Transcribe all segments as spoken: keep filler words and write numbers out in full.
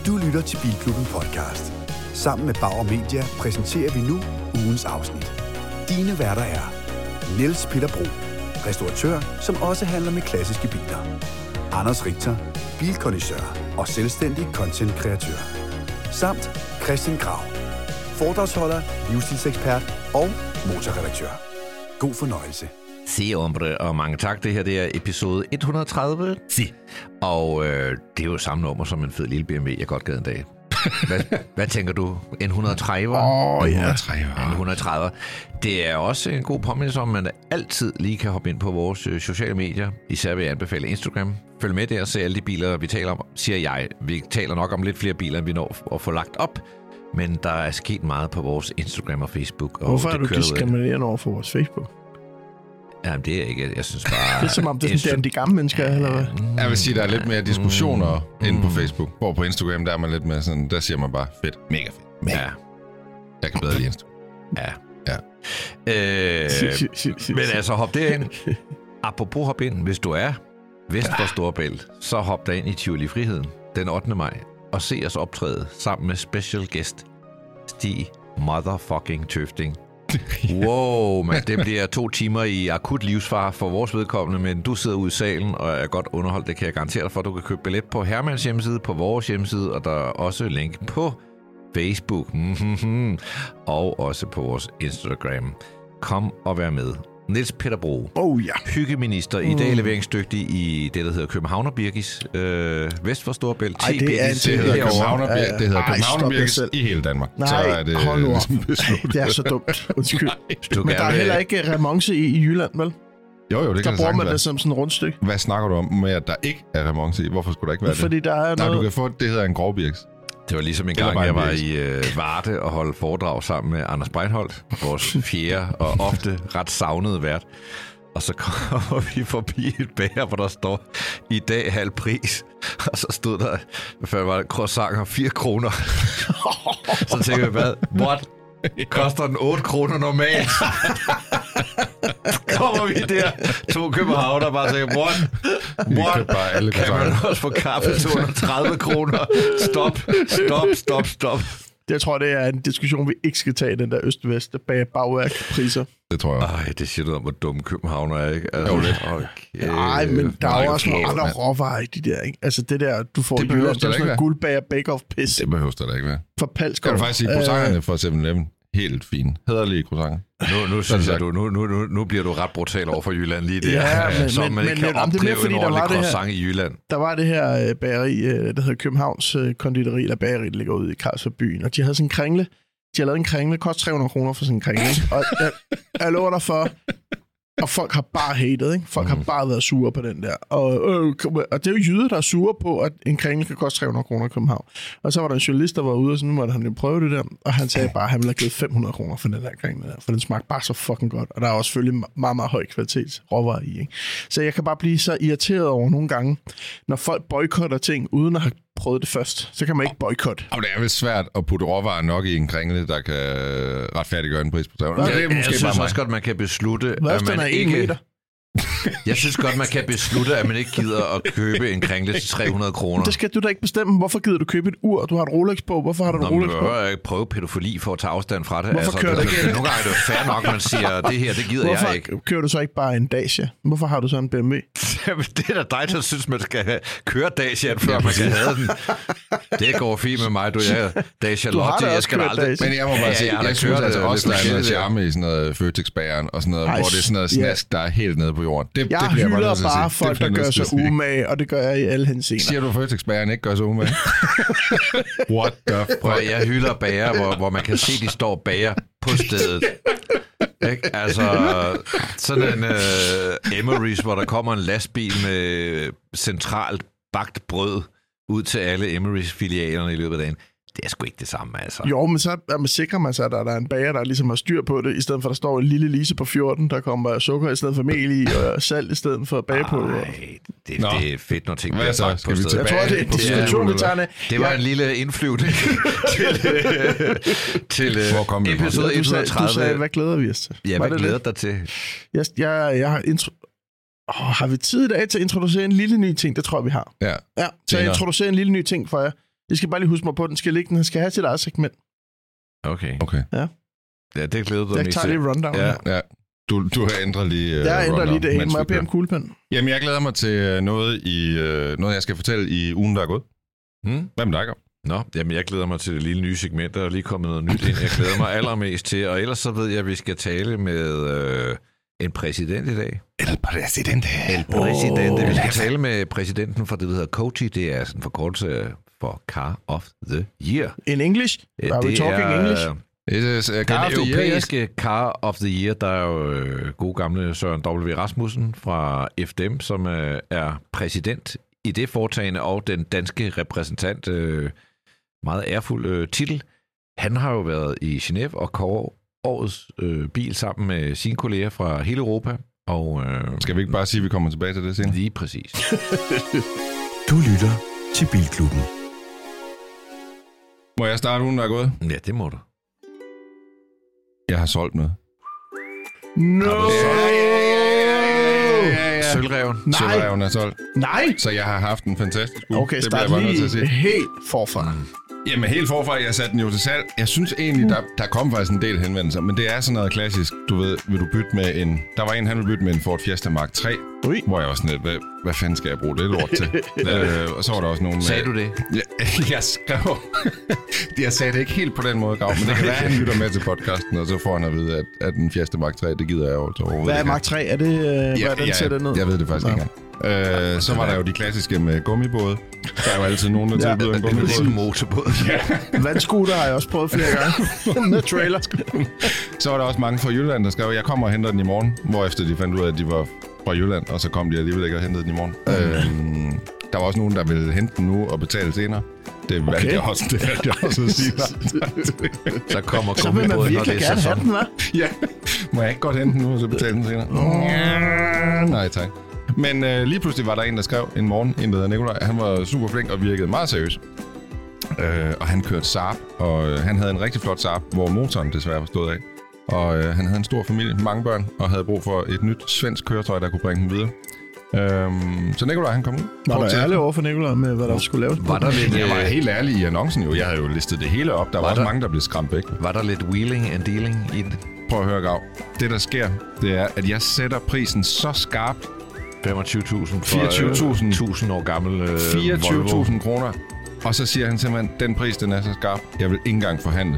Du lytter til Bilklubben Podcast. Sammen med Bauer Media præsenterer vi nu ugens afsnit. Dine værter er Niels Peter Bro, restauratør, som også handler med klassiske biler. Anders Richter, bilkondisseur og selvstændig content-kreatør. Samt Christian Grav, foredragsholder, livsstilsekspert og motorredaktør. God fornøjelse. Si, hombre, og mange tak. Det her det er episode et hundrede og tredive. Si. Og øh, det er jo samme nummer som en fed lille B M W, jeg godt gad en dag. Hvad, hvad tænker du? En et hundrede og tredive? Åh, oh, ja. en et hundrede og tredive. Det er også en god påmindelse om, at man altid lige kan hoppe ind på vores øh, sociale medier. Især vil jeg anbefale Instagram. Følg med der og se alle de biler, vi taler om, siger jeg. Vi taler nok om lidt flere biler, end vi når at få lagt op. Men der er sket meget på vores Instagram og Facebook. Og hvorfor er det du diskriminerende over for vores Facebook? Jamen, det er ikke. Jeg synes bare... Det er som om, det er sådan, de gamle mennesker, eller hvad? Jeg vil sige, der er lidt mere diskussioner mm. inde på Facebook. Hvor på Instagram, der er man lidt mere sådan, der siger man bare, fedt, mega fedt. Mega. Ja. Jeg kan bedre lide Instagram. Ja. Ja. Øh, men altså, hop derind. Apropos hop ind, hvis du er vest for Storebælt, så hop der ind i Tivoli Friheden den ottende maj og se os optræde sammen med special guest Stig Motherfucking Tøfting. Wow, man, det bliver to timer i akut livsfare for vores vedkommende, men du sidder ude i salen og er godt underholdt, det kan jeg garantere dig for. Du kan købe billet på Hermans hjemmeside, på vores hjemmeside, og der er også link på Facebook, mm-hmm, og også på vores Instagram. Kom og vær med. Niels Peter Bro, oh, ja. hyggeminister, mm. i dag leveringsdygtig i det, der hedder Københavnerbirkis, øh, vest for Storebælt. Ej, det, er, det hedder Københavnerbirkis, ja, ja. det hedder Københavnerbirkis i hele Danmark. Nej, så er det, hold nu op. Ligesom det er så dumt. Undskyld. Men der er heller ikke remonce i, i Jylland, vel? Jo, jo, det der kan bruger man være. det som sådan et rundstykke. Hvad snakker du om med, at der ikke er remonce i? Hvorfor skulle der ikke være Fordi det? der er Nej, noget... du kan få, det hedder en grovbirks. Det var ligesom en gang, jeg var i øh, Varde og holdt foredrag sammen med Anders Breinholt, vores fjerde og ofte ret savnede vært. Og så kommer vi forbi et bager, hvor der står, i dag halv pris. Og så stod der, hvad var det, croissanter, fire kroner. Så tænker jeg, hvad? What? Koster den otte kroner normalt? Kommer vi der, to københavner, og bare tænker, what? What? Bare alle kan man også få kaffe til under tredive kroner? Stop, stop, stop, stop. Jeg tror, det er en diskussion, vi ikke skal tage, den der øst-vest bag bagværk-priser. Det tror jeg. Ej, det siger du om, hvor dumme københavner er, ikke? Altså, jo, lidt. Okay. Nej, men der er jo også nogle andre råvarer i de der, ikke? Altså det der, du får i Jylland, det er sådan noget guldbager bake-off-pis. Det behøver der da ikke være. For Palskov. Kan du faktisk sige, croissanterne for seven eleven helt fine. Hæderlige croissanter. Nu, nu synes jeg, du, nu, nu, nu, nu bliver du ret brutal over for Jylland lige der. Ja, men, så men, man ikke men, kan men, opdrive fordi, en der ordentlig var croissant her, i Jylland. Der var det her bageri, der hedder Københavns konditori, eller bageri, der ligger ude i Carlsbergbyen, og de havde sådan en kringle. De har lavet en kringle, det koster tre hundrede kroner for sådan en kringle. Og jeg, jeg lover dig for, og folk har bare hatet, ikke? Folk mm. har bare været sure på den der. Og, øh, og det er jo jyder, der er sure på, at en kringle kan koste tre hundrede kroner i København. Og så var der en journalist, der var ude, og så nu måtte han jo prøve det der. Og han sagde bare, at han ville have givet fem hundrede kroner for den der kringle der. For den smagte bare så fucking godt. Og der er også selvfølgelig meget, meget høj kvalitet råvarer i, ikke? Så jeg kan bare blive så irriteret over nogle gange, når folk boykotter ting, uden at have prøvet det først, så kan man ikke boykotte. Og det er vel svært at putte råvarer nok i en kringle, der kan retfærdiggøre en pris på tre hundrede. Ja, det er måske jeg synes bare også godt, man kan beslutte, hvad, at man ikke... Meter? Jeg synes godt, man kan beslutte, at man ikke gider at købe en kringle til tre hundrede kroner. Det skal du da ikke bestemme. Hvorfor gider du købe et ur? Du har et Rolex på. Hvorfor har du et Nå, Rolex på? Nå, men prøve pædofili for at tage afstand fra det. Hvorfor altså, kører det, du ikke? Nogle gange er det fair nok, man siger, det her, det gider Hvorfor jeg ikke. kører du så ikke bare en Dacia? Hvorfor har du så en B M W? Jamen, det er da dig, der synes, man skal have, køre Dacia, før man kan have den. Det går fint med mig, du er Dacia Lotte. Jeg skal aldrig... Dacia. Men jeg må bare ja, sige, jeg, jeg synes altså også, der er noget charme i sådan noget Føtex-bageren og sådan noget, hvor det er sådan noget snask, der er helt nede på jorden. Det, jeg det bliver hylder bare, bare folk, der gør sig umage, og det gør jeg i alle henseender. Siger du, Føtex-bageren ikke gør sig umage? What the fuck? Jeg hylder bager, hvor, hvor man kan se, de står bager på stedet. Ikke? Altså, sådan en uh, Emery's, hvor der kommer en lastbil med centralt bagt brød ud til alle Emery's-filialerne i løbet af dagen. Det er sgu ikke det samme, altså. Jo, men så jamen, sikrer man sig, at der, der er en bager, der ligesom har styr på det, i stedet for, at der står en lille lise på fjorten, der kommer sukker i stedet for mel i, og salt i stedet for bagepulver. Nej, det, det er fedt, når ting bliver bagt på stedet. Jeg tror, det er en diskussion, vi tager. Det var ja. en lille indflyvning til, til episode et hundrede og tredive. Du sagde, hvad glæder vi os til? Ja, hvad glæder dig til? Jeg, jeg, jeg har intro... Oh, har vi tid i dag til at introducere en lille ny ting? Det tror jeg, vi har. Ja. Ja, så jeg introducerer en lille ny ting for jer. Det skal bare lige huske mig på, den skal ligge, den skal have sit eget segment. Okay. Okay. Ja. Ja, det glæder du dig Jeg tager lige rundown ja. her. Ja. Du, du har ændret lige uh, Jeg ændrer lige det hele. Må jeg bede om kuglepen? Jamen, jeg glæder mig til noget, i, uh, noget jeg skal fortælle i ugen, der er gået. Hmm? Hvad med dig, Gav? Nå, jamen jeg glæder mig til det lille nye segment, der er lige kommet noget nyt ind. Jeg glæder mig allermest til, og ellers så ved jeg, at vi skal tale med øh, en præsident i dag. El Presidente. El Presidente. Oh. Vi skal tale med præsidenten for det, der hedder COTI. Det er sådan en forkortelse for Car of the Year. In English? Are we talking er, English? It is a den car of the year, europæiske Car of the Year, der er jo øh, gode gamle Søren W. Rasmussen fra F D M, som øh, er præsident i det foretagende, og den danske repræsentant, øh, meget ærefuld øh, titel. Han har jo været i Genève og kåret årets øh, bil sammen med sine kolleger fra hele Europa. Og, øh, Skal vi ikke bare sige, at vi kommer tilbage til det senere? Lige præcis. Du lytter til Bilklubben. Må jeg starte ugen, der er gået? Ja, det må du. Jeg har solgt noget. No! Sølvreven. Nej. Sølvreven er solgt. Nej! Så jeg har haft en fantastisk uge. Okay, det bliver jeg start bare nødt til at lige sige. helt forfra. Jamen helt forfra, jeg satte den jo til salg. Jeg synes egentlig, der, der kom faktisk en del henvendelser, men det er sådan noget klassisk. Du ved, vil du bytte med en... Der var en, han ville bytte med en Ford Fiesta Mark tre, Ui. hvor jeg var sådan lidt, hvad, hvad fanden skal jeg bruge det lort til? øh, og så var der også nogen med... Sagde du det? Ja, jeg skrev... jeg sagde det ikke helt på den måde, Gav, men det kan være, at han lytter med til podcasten, og så får han at vide, at, at en Fiesta Mark tre, det gider jeg jo til overhovedet. Hvad er Mark tre? Er det, øh, Ja, hvordan ja, ser det ned? Jeg ved det faktisk Nå. ikke engang. Øh, så var der jo de klassiske med gummibåde. Der er jo altid nogen, der Ja, tilbyder en En gummibåd. lille motorbåd. Vandscooter har jeg også prøvet flere gange. Med trailer. Så var der også mange fra Jylland, der skrev, jeg kommer og henter den i morgen. Hvorefter de fandt ud af, at de var fra Jylland, og så kom de alligevel ikke og hentede den i morgen. Mm. Øhm, der var også nogen, der ville hente den nu og betale senere. Det valgte Okay. jeg også, det valgte jeg også at sige. Så kommer Så vil man gummibåden, når det virkelig er gerne have sæson. den, hva'? Ja, må jeg ikke godt hente den nu og så betale den senere? Mm. Nej, tak. Men øh, lige pludselig var der en, der skrev en morgen, en der hedder Nikolaj. Han var super flink og virkede meget seriøs. Øh, og han kørte Saab, og øh, han havde en rigtig flot Saab, hvor motoren desværre var stået af. Og øh, han havde en stor familie, mange børn, og havde brug for et nyt svensk køretøj, der kunne bringe dem videre. Øhm, så Nikolaj, han kom ud. Var Kort du tid. ærlig over for Nikolaj med, hvad der skulle laves? Var der lidt, Jeg var øh, helt ærlig i annoncen jo. Jeg havde jo listet det hele op. Der var, Var også der- mange, der blev skræmt væk. var der lidt wheeling and dealing i det? Prøv at høre, Gav. Det, der sker, det er, at jeg sætter prisen så skarpt. femogtyve tusind for fireogtyve tusind. øh, tusind år gammel øh, fireogtyve tusind kroner. Og så siger han simpelthen, den pris, den er så skarp. Jeg vil ikke engang forhandle.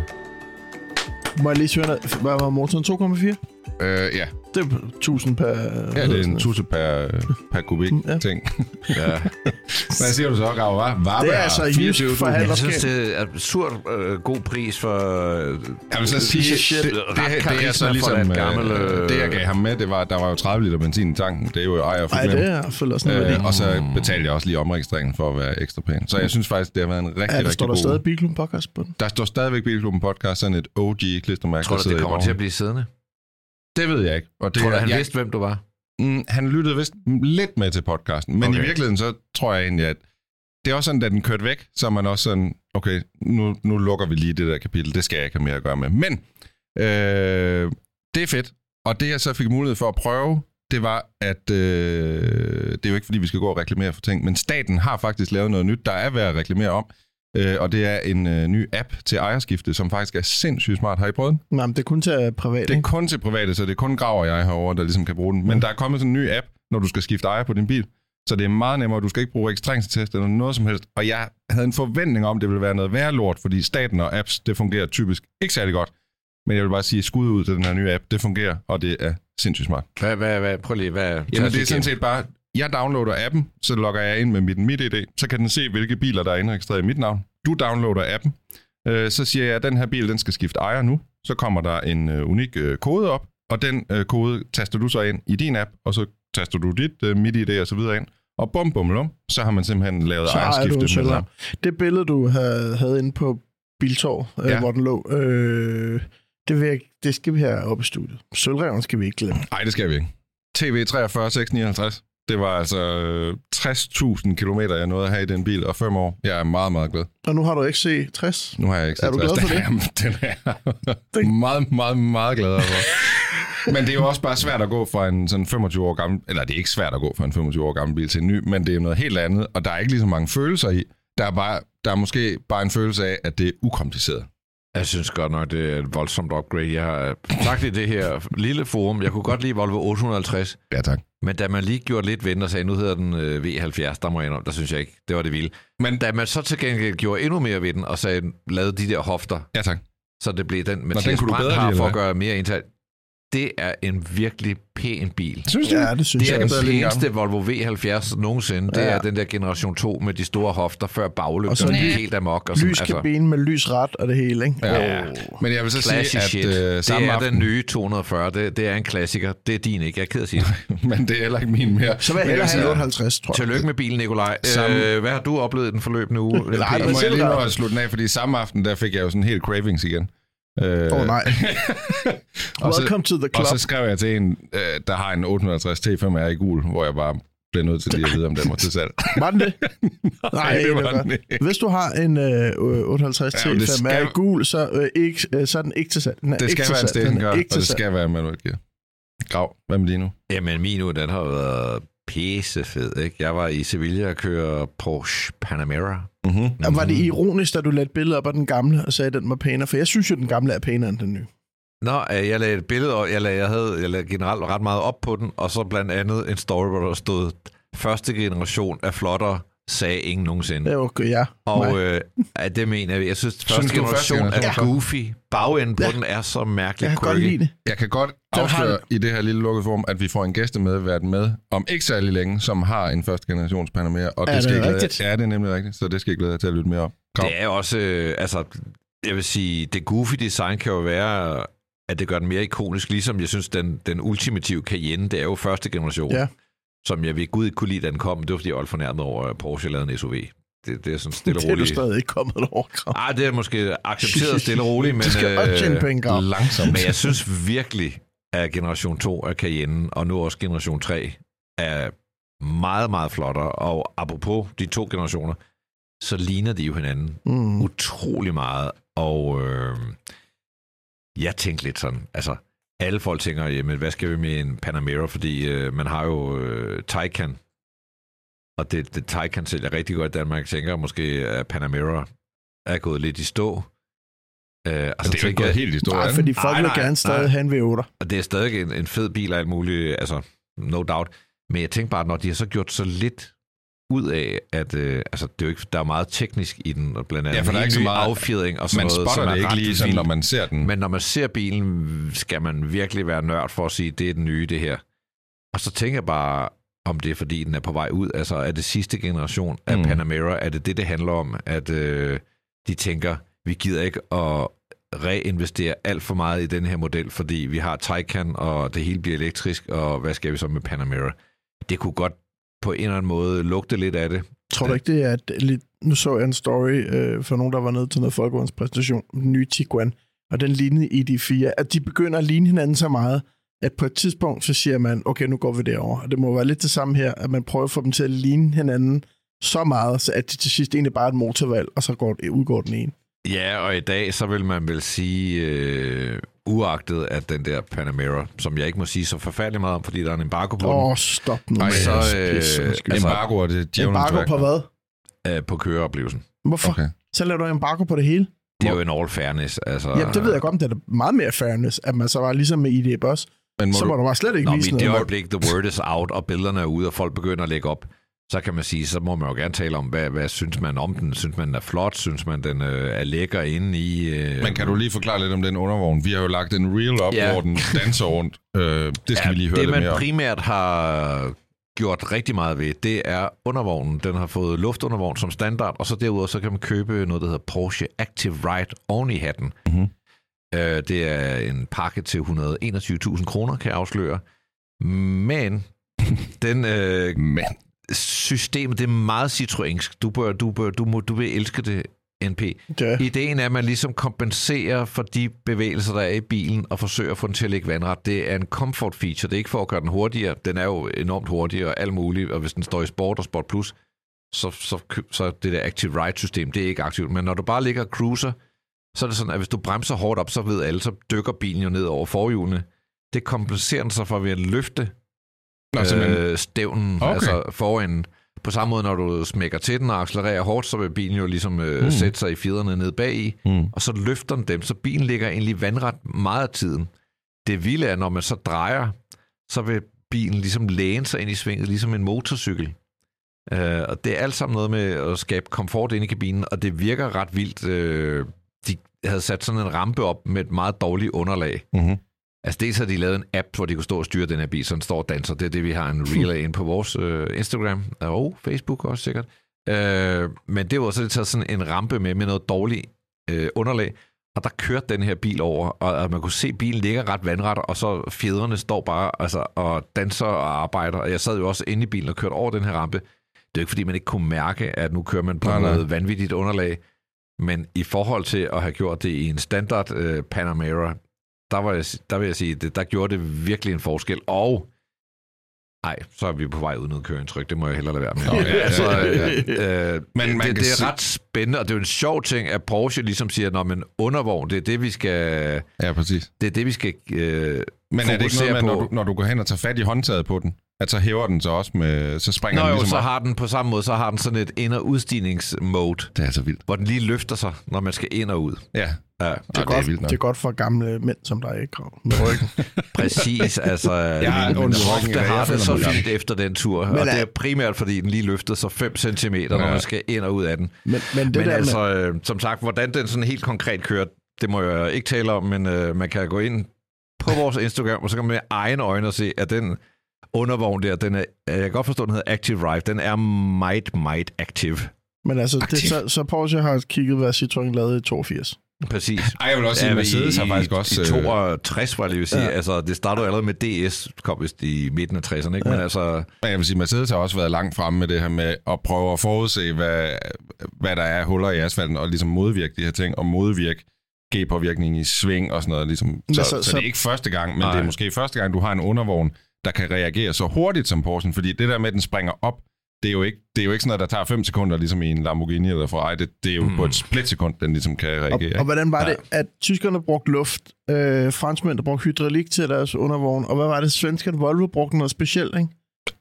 Må jeg lige søge noget? Hvad var motoren? to komma fire? Øh, ja. Det er tusind per... Ja, det er en tusse per, per kubik Ja. ting. Ja. Hvad siger du så, Gav? Hva? Varberg, Det er altså jysk fireogtyve tusind. forhandler. Jeg synes, det er absurd øh, god pris for... Øh, Jeg vil så sige, shit, det, det, det, det er så ligesom... for Øh, den gammel, øh, det, jeg gav ham med, det var, der var jo tredive liter benzin i tanken. Det er jo ejer for Ej, det er følger sådan noget. øh, Og så betalte jeg også lige omregistreringen for at være ekstra pæn. Så jeg synes faktisk, det har været en rigtig, Ja, der rigtig står der god... stadig Bilklubben podcast på den. Der står stadigvæk Bilklubben podcast, sådan et O G-klistermærke, tror der du, sidder det i kommer vognen. til at blive siddende? Det ved jeg ikke. Og det Tror du, er- han jeg, vidste, hvem du var? Mm, han lyttede vist lidt med til podcasten, men okay. Okay. i virkeligheden så tror jeg egentlig, at det er også sådan, da den kørte væk, så er man også sådan, okay, nu, nu lukker vi lige det der kapitel, det skal jeg ikke have mere at gøre med. Men øh, det er fedt, og det jeg så fik mulighed for at prøve, det var, at øh, det er jo ikke fordi, vi skal gå og reklamere for ting, men staten har faktisk lavet noget nyt, der er værd at reklamere om, øh, og det er en øh, ny app til ejerskifte, som faktisk er sindssygt smart. Har I prøvet den? Nej, men det er kun til privat, Det er kun til private, så det er kun Grav og jeg herovre, der ligesom kan bruge den. Men der er kommet sådan en ny app, når du skal skifte ejer på din bil. Så det er meget nemmere, du skal ikke bruge registreringstest eller noget som helst. Og jeg havde en forventning om, det ville være noget værre lort, fordi staten og apps, det fungerer typisk ikke særlig godt. Men jeg vil bare sige, skud ud til den her nye app, det fungerer, og det er sindssygt smart. Hvad, hvad, hvad, prøv lige, hvad... Jamen det er sådan set bare, jeg downloader appen, så logger jeg ind med mit MitID, så kan den se, hvilke biler, der er indregistreret i mit navn. Du downloader appen, øh, så siger jeg, at den her bil, den skal skifte ejer nu. Så kommer der en øh, unik øh, kode op, og den øh, kode taster du så ind i din app, og så taster du dit øh, MitID og så videre ind. Og bum, bum, lum, så har man simpelthen lavet Så ejer du ejerskifte med Sølvreven. sig. Det billede, du havde, havde inde på Biltorv, øh, Ja. hvor den lå, øh, det, vil jeg, det skal vi have oppe i studiet. Sølvreven skal vi ikke glemme. Nej, det skal vi ikke. T V treogfyrre seks nioghalvtreds. Det var altså øh, tres tusind kilometer, jeg nåede at have i den bil, og fem år. Jeg er meget, meget glad. Og nu har du X C tres. Nu har jeg ikke set Er du glad for det? Jamen, den er jeg meget, meget, meget glad for. Men det er jo også bare svært at gå fra en sådan femogtyve år gammel, eller det er ikke svært at gå fra en femogtyve år gammel bil til en ny, men det er noget helt andet, og der er ikke lige så mange følelser i. Der er, bare, der er måske bare en følelse af, at det er ukompliceret. Jeg synes godt nok, det er et voldsomt upgrade. Jeg har sagt i det her lille forum, jeg kunne godt lide Volvo otte hundrede og halvtreds. Ja, tak. Men da man lige gjorde lidt vent og sagde, nu hedder den øh, V halvfjerds, der må jeg indrømme, der synes jeg ikke, det var det vilde. Men da man så til gengæld gjorde endnu mere ved den, og sagde, lavede de der hofter, ja, tak. så det blev den, Nå, Mathias den Brandt har lide, for at gøre mere indtalt. Det er en virkelig pæn bil. Synes du? Ja, det synes det er jeg. den pæneste Volvo V halvfjerds nogensinde. Det Ja. er den der generation to med de store hofter før baglygterne ly- helt amok. Og sådan, Lys kabine med lys ret og det hele, ikke? Ja. Oh. Men jeg vil så Classy sige, at shit. øh, Det samme er aften... den nye to hundrede og fyrre. Det, det er en klassiker. Det er din ikke. Jeg er ked af at sige det. Men det er heller ikke min mere. Så vil jeg hellere have otteoghalvtreds, tror jeg. Tillykke med bilen, Nikolaj. Samme- Øh, hvad har du oplevet i den forløbende uge? Nej, Må det er jeg lige selv nå ret. at slutte den af, fordi samme aften, der fik jeg jo sådan helt cravings igen. Åh oh, nej. og, så, Welcome to the og club. så skrev jeg til en, øh, der har en otte hundrede og halvtreds T fem R i gul, hvor jeg bare blev nødt til lige at vide, om den var til salg. Var den det? Nej, det det var var den ikke. Hvis du har en øh, otteoghalvtreds Ja, men det T fem R skal- i gul, så, øh, ikke, øh, så er den ikke til salg. Den er Det ikke skal til være en salg. Den er Stenker, ikke og til det salg. skal være en manuel gear. Grav, hvad med lige nu? Jamen, min uge, den har været pissefed, ikke? Jeg var i Sevilla og kørte Porsche Panamera. Mm-hmm. Ja, var det ironisk, da du lagde et billede op af den gamle og sagde, at den var pænere? For jeg synes jo, den gamle er pænere end den nye. Nå, øh, jeg lagde et billede, og jeg, lagde, jeg havde jeg lagde generelt ret meget op på den, og så blandt andet en story, hvor der stod, første generation er flottere, sagde ingen nogensinde. Det var okay, ja. Og øh, ja, det mener jeg. Jeg synes, første Synes du, første generation generation er er goofy. Bagenden på Ja. den er så mærkeligt Jeg kan godt quirky. lide det. Jeg kan godt Den afsløre har- i det her lille lukkede forum, at vi får en gæstemedvært med om ikke særlig længe, som har en første generations Panamera, og Er det skal det jeg glæde rigtigt? jer- Ja, det er nemlig rigtigt, så det skal jeg glæde jer til at lytte mere om. Grav. Det er også, øh, altså, jeg vil sige, det goofy design kan jo være, at det gør den mere ikonisk, ligesom jeg synes, den, den ultimative Cayenne, det er jo første generation, Ja. som jeg ved Gud ikke kunne lide, da den kom. Det var, fordi jeg var alt fornærmet over, at Porsche lavede en S U V. Det, det er sådan stille og Det er du roligt. stadig ikke kommet over, Grav. Ej, det er måske accepteret stille og roligt, men, Du skal også tjene penge, Grav. Langsomt. men jeg synes virkelig, at generation to af Cayenne, og nu også generation tre, er meget, meget flottere. Og apropos de to generationer, så ligner de jo hinanden Mm. utrolig meget. Og øh, jeg tænkte lidt sådan, altså, alle folk tænker, jamen, hvad skal vi med en Panamera? Fordi øh, man har jo øh, Taycan, og det, det Taycan sælger rigtig godt i Danmark. Jeg tænker måske, at Panamera er gået lidt i stå. Øh, og det så er jo ikke tænker gået jeg, helt i stå. Nej, er det? fordi folk Nej, vil nej, gerne nej. stadig have en V otte. og det er stadig en, en fed bil og alt muligt, altså, no doubt. Men jeg tænker bare, når de har så gjort så lidt ud af, at øh, altså, det er jo ikke, der er meget teknisk i den, og blandt andet Ja, for der er ikke så ny meget- affjedring og sådan Man noget, spotter som er det ikke ret lige sådan, vild. når man ser den. Men når man ser bilen, skal man virkelig være nørd for at sige, det er den nye, det her. Og så tænker jeg bare, om det er, fordi den er på vej ud. Altså, er det sidste generation af Mm. mm. Panamera? Er det det, det handler om? At øh, de tænker, vi gider ikke at reinvestere alt for meget i den her model, fordi vi har Taycan, og det hele bliver elektrisk, og hvad skal vi så med Panamera? Det kunne godt på en eller anden måde lugte lidt af det. Tror du ikke, det er at lidt... Nu så jeg en story øh, for nogen, der var nede til noget folkevogns-præsentation, den nye Tiguan, og den lignede i de fire, at de begynder at ligne hinanden så meget, at på et tidspunkt, så siger man, okay, nu går vi derover. Og det må være lidt det samme her, at man prøver at få dem til at ligne hinanden så meget, så at det til sidst egentlig bare er et motorvalg, og så går det, udgår den ene. Ja, og i dag, så vil man vel sige, øh, uagtet at den der Panamera, som jeg ikke må sige så forfærdeligt meget om, fordi der er en embargo på Åh, oh, stop nu. Ej, med så, jeres øh, pis, undskyld. altså- Embargo og det djævlen Embargo på hvad? den, øh, på køreoplevelsen. Hvorfor? Okay. Så laver du embargo på det hele? Det er jo en all fairness. Altså, Ja, det ved jeg godt, men det er da meget mere fairness, at man så var ligesom med I D Bus. Men må Så må du, du bare slet ikke Nå, vise men i det noget. øjeblik, the word is out, og billederne er ude, og folk begynder at lægge op, så kan man sige, så må man jo gerne tale om, hvad, hvad synes man om den? Synes man, den er flot? Synes man, den øh, er lækker inde i... Øh... men kan du lige forklare lidt om den undervogn? Vi har jo lagt en reel op, Ja. hvor den danser rundt. Øh, det skal ja, vi lige høre det, lidt man mere om. primært har gjort rigtig meget ved, det er undervognen. Den har fået luftundervogn som standard, og så derudover så kan man købe noget, der hedder Porsche Active Ride oven i hatten. Mhm. Øh, det er en pakke til et hundrede og enogtyve tusind kroner, kan jeg afsløre. Men den øh, Men systemet, det er meget citroensk. Du, bør, du, bør, du, må, du vil elske det, N P. Ja. Ideen er, at man ligesom kompenserer for de bevægelser, der er i bilen, og forsøger at få den til at ligge vandret. Det er en comfort feature. Det er ikke for at gøre den hurtigere. Den er jo enormt hurtig og alt muligt. Og hvis den står i Sport og Sport Plus, så, så, så det der Active Ride-system, det er ikke aktivt. Men når du bare ligger og cruiser, så er det sådan, at hvis du bremser hårdt op, så ved alle, så dykker bilen jo ned over forhjulene. Det kompenserer den så for ved at løfte Nå, simpelthen. øh, stævnen, Okay. altså foran. På samme måde, når du smækker til den og accelererer hårdt, så vil bilen jo ligesom øh, mm. sætte sig i fjederne ned bag i, mm. og så løfter den dem, så bilen ligger egentlig vandret meget af tiden. Det vilde er, når man så drejer, så vil bilen ligesom læne sig ind i svinget, ligesom en motorcykel. Uh, og det er alt sammen noget med at skabe komfort inde i kabinen, og det virker ret vildt. Uh, de havde sat sådan en rampe op med et meget dårligt underlag. Mm-hmm. Altså dels har de lavet en app, hvor de kunne stå og styre den her bil, så den står og danser. Det er det, vi har en reel af inde på vores uh, Instagram, og Facebook også sikkert. Uh, men det var så det taget sådan en rampe med, med noget dårligt uh, underlag, og der kørte den her bil over, og, og man kunne se, at bilen ligger ret vandret, og så fjederne står bare altså, og danser og arbejder. Og jeg sad jo også inde i bilen og kørte over den her rampe. Det er jo ikke, fordi man ikke kunne mærke, at nu kører man på nej, noget nej. vanvittigt underlag. Men i forhold til at have gjort det i en standard uh, Panamera, der, var jeg, der vil jeg sige, det, der gjorde det virkelig en forskel. Og nej, så er vi på vej uden at køre en tryk. Det må jeg hellere lade være med. Okay, altså, ja. øh, Men det, det er ret spændende, og det er jo en sjov ting, at Porsche ligesom siger, når man undervogn, det er det, vi skal... Ja, præcis. Det er det, vi skal øh, Men er det ikke noget med, når du, når du går hen og tager fat i håndtaget på den, at så hæver den så også med... Så springer Nå, den ligesom ligesom jo, så har den på samme måde, så har den sådan et ind- og udstigningsmode. Det er så vildt. Hvor den lige løfter sig, når man skal ind og ud. Ja. Ja, det, er ja, godt, det, er vildt det er godt for gamle mænd, som der ikke grav med ryggen. Præcis, altså ja, min hofte har det så fint efter den tur, men, og det er primært, fordi den lige løfter sig fem centimeter, ja. når man skal ind og ud af den. Men, men, det men der altså, med... øh, som sagt, hvordan den sådan helt konkret kører, det må jeg ikke tale om, men øh, man kan gå ind på vores Instagram, og så kan man med egne øjne og se, at den undervogn der, den er, jeg kan godt forstå, den hedder Active Drive, den er meget, meget active. Men altså, det, så, så Porsche har kigget, hvad Citroën lavede i toogfirs. Præcis. Ej, jeg vil også sige, at Mercedes har faktisk også... I toogtres, var det vil sige. Ja. Altså, det startede allerede med D S, kom vist i midten af tresserne, ikke? Ja. Men altså... Jeg vil sige, Mercedes har også været langt fremme med det her med at prøve at forudse, hvad, hvad der er huller i asfalten, og ligesom modvirke de her ting, og modvirke G-påvirkning i sving og sådan noget. Ligesom. Så, så, så, så det er ikke første gang, men nej. Det er måske første gang, du har en undervogn, der kan reagere så hurtigt som Porsche, fordi det der med, at den springer op, det er jo ikke, det er jo ikke sådan noget, der tager fem sekunder, ligesom i en Lamborghini eller Ferrari. Det, det er jo mm. på et splitsekund, den ligesom kan reagere. Og, og hvordan var ja. det, at tyskerne brugte luft, øh, franskmændene brugte hydraulik til deres undervogn, og hvad var det, svenskerne Volvo brugte noget specielt, ikke?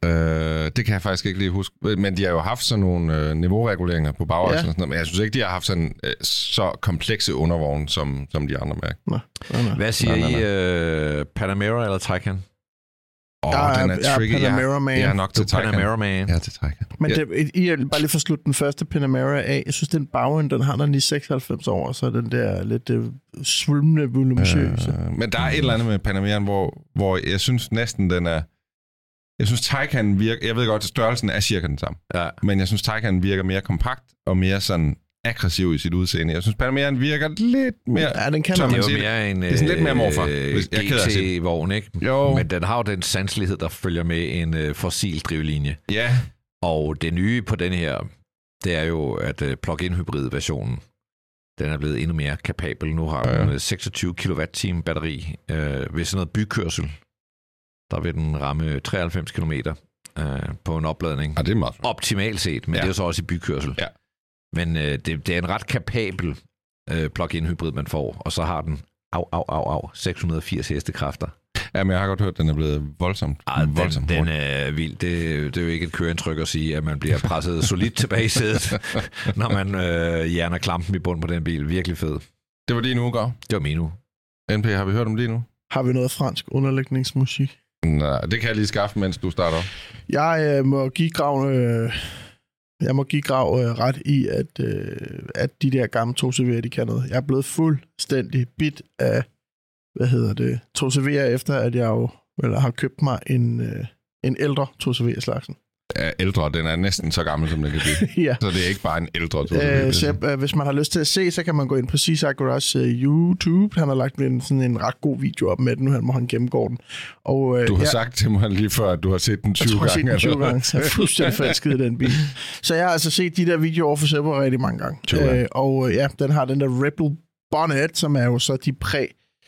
Øh, det kan jeg faktisk ikke lige huske, men de har jo haft sådan nogle øh, niveaureguleringer på bagakslen, ja. og sådan noget, men jeg synes ikke, de har haft sådan øh, så komplekse undervogne, som, som de andre mærker. Nå, nå, nå. Hvad siger nej, nej, nej. I, øh, Panamera eller Taycan? Åh, oh, den er tricky. Ja, Panamera Man. Jeg er nok til Taycan. Panamera Man. Ja, til Taycan. Men det, I er bare lige for slut den første Panamera af. Jeg synes, den bagend, den har den i seksoghalvfems år, så den der lidt uh, svulmende, volumøse. Uh, men der er et eller andet med Panameraen, hvor, hvor jeg synes næsten, den er... Jeg synes, Taycan virker... Jeg ved godt, at størrelsen er cirka den samme. Ja. Men jeg synes, Taycan virker mere kompakt og mere sådan aggressiv i sit udseende. Jeg synes, Panameraen virker lidt mere... Ja, den kan det er jo mere en det er sådan lidt mere morfar. G T-vogn, ikke? Jo. Men den har jo den sanselighed, der følger med en uh, fossil drivlinje. Ja. Og det nye på den her, det er jo, at uh, plug-in hybrid-versionen, den er blevet endnu mere kapabel. Nu har den ja. seksogtyve kilowatt-time batteri. Uh, ved sådan noget bykørsel, der vil den ramme treoghalvfems kilometer uh, på en opladning. Ja, det er meget. Optimalt set, men ja. det er jo så også i bykørsel. Ja. Men øh, det, det er en ret kapabel øh, plug-in hybrid, man får, og så har den au, au, au, au, seks hundrede og firs hestekræfter. Ja, men jeg har godt hørt, at den er blevet voldsomt. Ej, den, voldsomt den er vild. Det, det er jo ikke et køreindtryk at sige, at man bliver presset solidt tilbage i sædet, når man øh, hjerner klampen i bund på den bil. Virkelig fed. Det var din uge, Gav. Det var min uge. N P, har vi hørt om det nu? Har vi noget fransk underlægningsmusik? Nej, det kan jeg lige skaffe, mens du starter. Jeg øh, må give Grav... Øh... Jeg må give Grav øh, ret i, at, øh, at de der gamle to C V'er, de kan noget. Jeg er blevet fuldstændig bit af, hvad hedder det, to C V'er, efter at jeg jo eller, har købt mig en, øh, en ældre to C V af slagsen. Ja, ældre, den er næsten så gammel, som den kan blive. Ja. Så det er ikke bare en ældre to C V. Øh, så jeg, hvis man har lyst til at se, så kan man gå ind på Seaside Garage uh, YouTube. Han har lagt en, sådan en ret god video op med den, nu han må han gennemgå den. Og, øh, du har jeg, sagt til mig lige før, at du har set den tyve gange. Jeg tror, jeg har set den tyve gange, så jeg er fuldstændig falsket i den bil. Så jeg har altså set de der videoer over for Sebber rigtig mange gange. Øh, og ja, den har den der Rebel Bonnet, som er jo så de præ...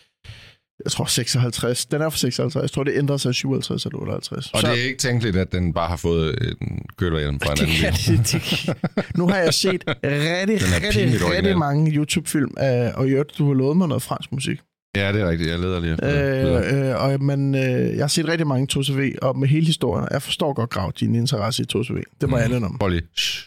Jeg tror seksoghalvtreds. Den er fra seksoghalvtreds. Jeg tror, det ændrer sig syvoghalvtreds eller otteoghalvtreds. Og så... det er ikke tænkeligt, at den bare har fået en kølerhjelm fra en anden bil. Det, det, nu har jeg set rigtig, rigtig, rigtig mange YouTube-film, af, og Jørgen, du har lovet mig noget fransk musik. Ja, det er rigtigt. Jeg leder lige efter. Øh, øh, og man, øh, jeg har set rigtig mange to C V, og med hele historien, jeg forstår godt Grav din interesse i to C V. Det må mm. alle om. Prøv lige.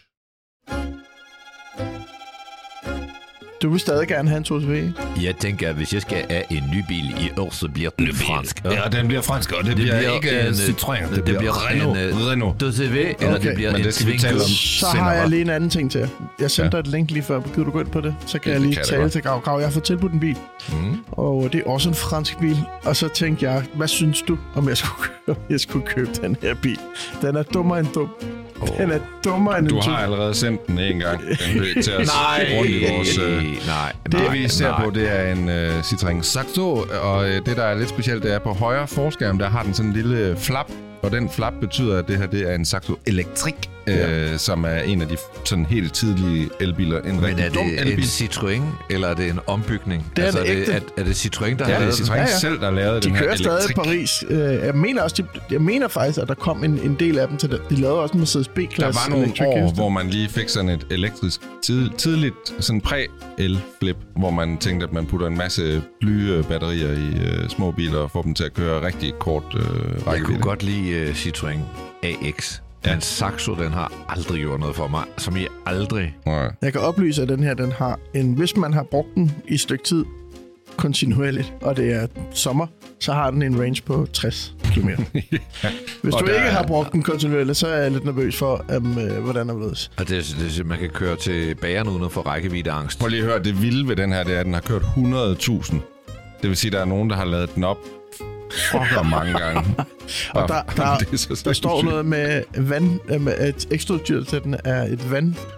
Du vil stadig gerne have en to C V? Jeg tænker, at hvis jeg skal have en ny bil i år, så bliver den fransk. Ja, den bliver fransk, og det, det bliver, bliver ikke en Citroën. Det, det bliver, bliver Renault. En, Renault. to C V, okay. Eller det bliver Men en Twingo. Så har jeg lige en anden ting til. Jeg sendte ja. dig et link lige før. Gider du gå ind på det? Så kan det, jeg lige tale til Grav. Grav, jeg har fået tilbudt en bil. Mm. Og det er også en fransk bil. Og så tænkte jeg, hvad synes du, om jeg skulle, om jeg skulle købe den her bil? Den er dummere end dum. Oh. Den er dummere end Du har allerede sendt den en gang. Den til os nej, rundt i vores... Uh, nej, det nej, vi ser nej. på, det er en uh, Citroën Saxo, og uh, det, der er lidt specielt, det er på højre forskærm, der har den sådan en lille flap, og den flap betyder, at det her det er en Saxo Electric, ja. øh, som er en af de sådan helt tidlige elbiler. En Men er det en Citroën, eller er det en ombygning? Det er, altså, er, det, er, er det Citroën, der ja, har lavet det? Citroën ja, ja. selv, der lavede de den her kører stadig i Paris. Jeg mener, også, de, jeg mener faktisk, at der kom en, en del af dem til det. De lavede også en Mercedes B-klasse. Der var nogle år, efter. hvor man lige fik sådan et elektrisk, tid, tidligt sådan præ-el-flip, hvor man tænkte, at man putter en masse blybatterier i uh, små biler og får dem til at køre rigtig kort uh, rækkevidde. Jeg kunne godt lide uh, Citroën A X. Ja. Men Saxo, den har aldrig gjort noget for mig, som I aldrig... Nej. Jeg kan oplyse, at den her, den har en... Hvis man har brugt den i et stykke tid kontinuerligt, og det er sommer, så har den en range på tres kilometer. ja. Hvis og du ikke er... har brugt den kontinuerligt, så er jeg lidt nervøs for, um, øh, hvordan det er. Og det, det, man kan køre til bageren uden at få rækkeviddeangst. Prøv lige at høre, det vilde ved den her, det er, at den har kørt hundrede tusind. Det vil sige, at der er nogen, der har lavet den op fucker mange gange. Og der, der, der, der står noget med vand, med et ekstraudstyr til den er et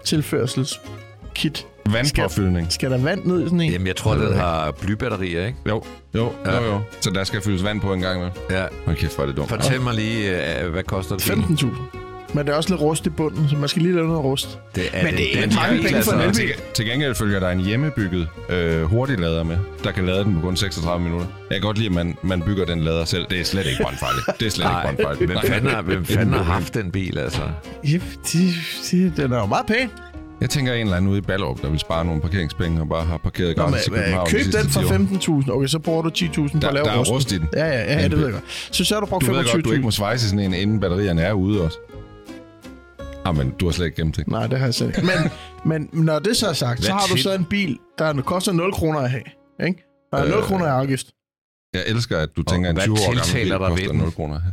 vandtilførselskit. Vandpåfyldning. Skal, skal der vand ned i sådan en? Jamen, jeg tror, den har blybatterier, ikke? Jo, jo, ja. jo, jo. Så der skal fyldes vand på en gang med. Ja. Okay, for det dumt. Fortæl mig lige, hvad koster det? femten tusind. Men der er også lidt rust i bunden, så man skal lige lave noget rust. Det er Men det, det er ikke mange penge for en elbil. Til, til gengæld følger der en hjemmebygget øh, hurtiglader med, der kan lade den på kun seksogtredive minutter. Jeg kan godt lide, at man, man bygger den lader selv. Det er slet ikke brandfarligt. Det er slet Ej, ikke brandfarligt. Hvem fanden har, hvem fanden har haft den bil, altså? Ja, de, de, den er jo meget pæn. Jeg tænker en eller anden ude i Ballerup, der vil spare nogle parkeringspenge og bare har parkeret gratis i København. Køb de den for femten tusind. Okay, så bruger du ti tusind på at lave der rust. Der er rust i den. Ja, ja, ja, ja det ved jeg godt. Så så har du brugt femogtyve tusind. Du ved godt, du ikke må svejse sådan en, inden batterierne er ude også. Ah, men du har slet ikke gennemtænkt. Nej, det har jeg slet ikke. Men, men når det så er sagt, så har du så en bil, der koster nul kroner at have. Ikke? Der er nul kroner i afgift. Jeg elsker, at du tænker, at en tyve år gammel bil koster nul kroner at have.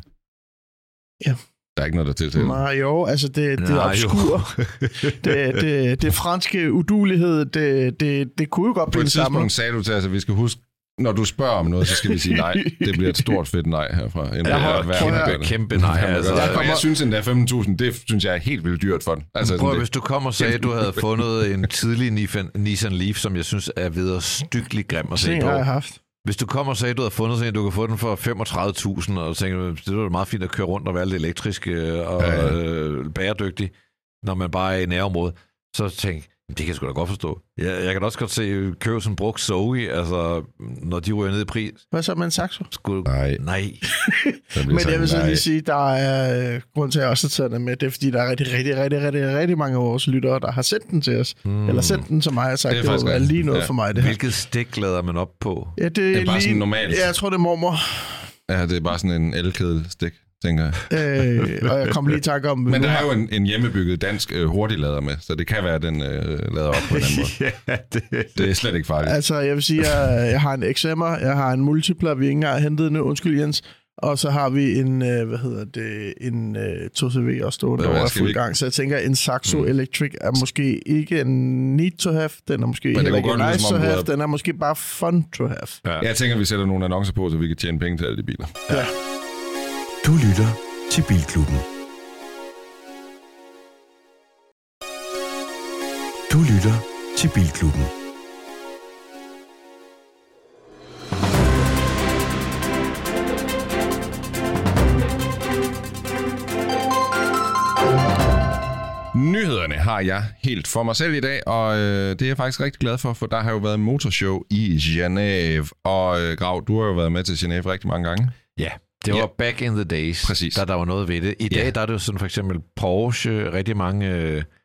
Ja. Der er ikke noget, der tiltaler. Nej, jo, altså det, det er obskur. det, det, det franske udulighed, det, det, det kunne jo godt blive en sammen. På et tidspunkt sagde du til os, at vi skal huske, når du spørger om noget, så skal vi sige nej. Det bliver et stort fedt nej herfra. Jeg har kæmpe, kæmpe, kæmpe nej. Altså. Jeg, kommer... jeg synes endda femten tusind, det synes jeg er helt vildt dyrt for den. Altså, Prøv, det... hvis du kommer og sagde, at du havde fundet en tidlig Nissan Leaf, som jeg synes er ved at stykkeligt grim at se det på. Har jeg haft. Hvis du kommer og sagde, at du havde fundet sådan en, du kan få den for femogtredive tusind, og du tænker, det er meget fint at køre rundt og være lidt elektrisk og ja, ja. Øh, bæredygtig, når man bare er i nærområdet, så tænk, det kan jeg sgu da godt forstå. Jeg, jeg kan også godt se, købe sådan en brugt Zoe, altså, når de ryger ned i pris. Hvad så med en Saxo? Sku... Nej. Nej. Men jeg vil så lige sige, der er øh, grund til, at jeg også har taget den med, det er, fordi der er rigtig, rigtig, rigtig, rigtig, rigtig mange af vores lyttere, der har sendt den til os. Mm. Eller sendt den, som mig har sagt, det er, det er lige noget ja. for mig, det her. Hvilket stik lader man op på? Ja, det, det er bare lige... sådan normalt. Ja, jeg tror, det er mormor. Ja, det er bare sådan en elkedel stik, tænker jeg. øh, og jeg kom lige i tanke om... Men der er jo en, en hjemmebygget dansk øh, hurtiglader med, så det kan være, at den øh, lader op på en anden måde. ja, det... det er slet ikke farligt. Altså, jeg vil sige, at jeg har en X M'er, jeg har en multipler, vi ikke engang har hentet nu, undskyld Jens, og så har vi en, øh, hvad hedder det, en øh, to C V også stående der over fuld gang, så jeg tænker, en Saxo mm. Electric er måske ikke en need to have, den er måske heller ikke nice to have, den er måske bare fun to have. Ja. Jeg tænker, vi sætter nogle annoncer på, så vi kan tjene penge til alle de biler. Ja. Du lytter til Bilklubben. Du lytter til Bilklubben. Nyhederne har jeg helt for mig selv i dag, og øh, det er jeg faktisk rigtig glad for, for der har jo været motorshow i Genève. Og øh, Grav, du har jo været med til Genève rigtig mange gange. Ja, det var yeah. back in the days, Præcis. da der var noget ved det. I dag yeah. der er det jo sådan for eksempel Porsche, rigtig mange øh,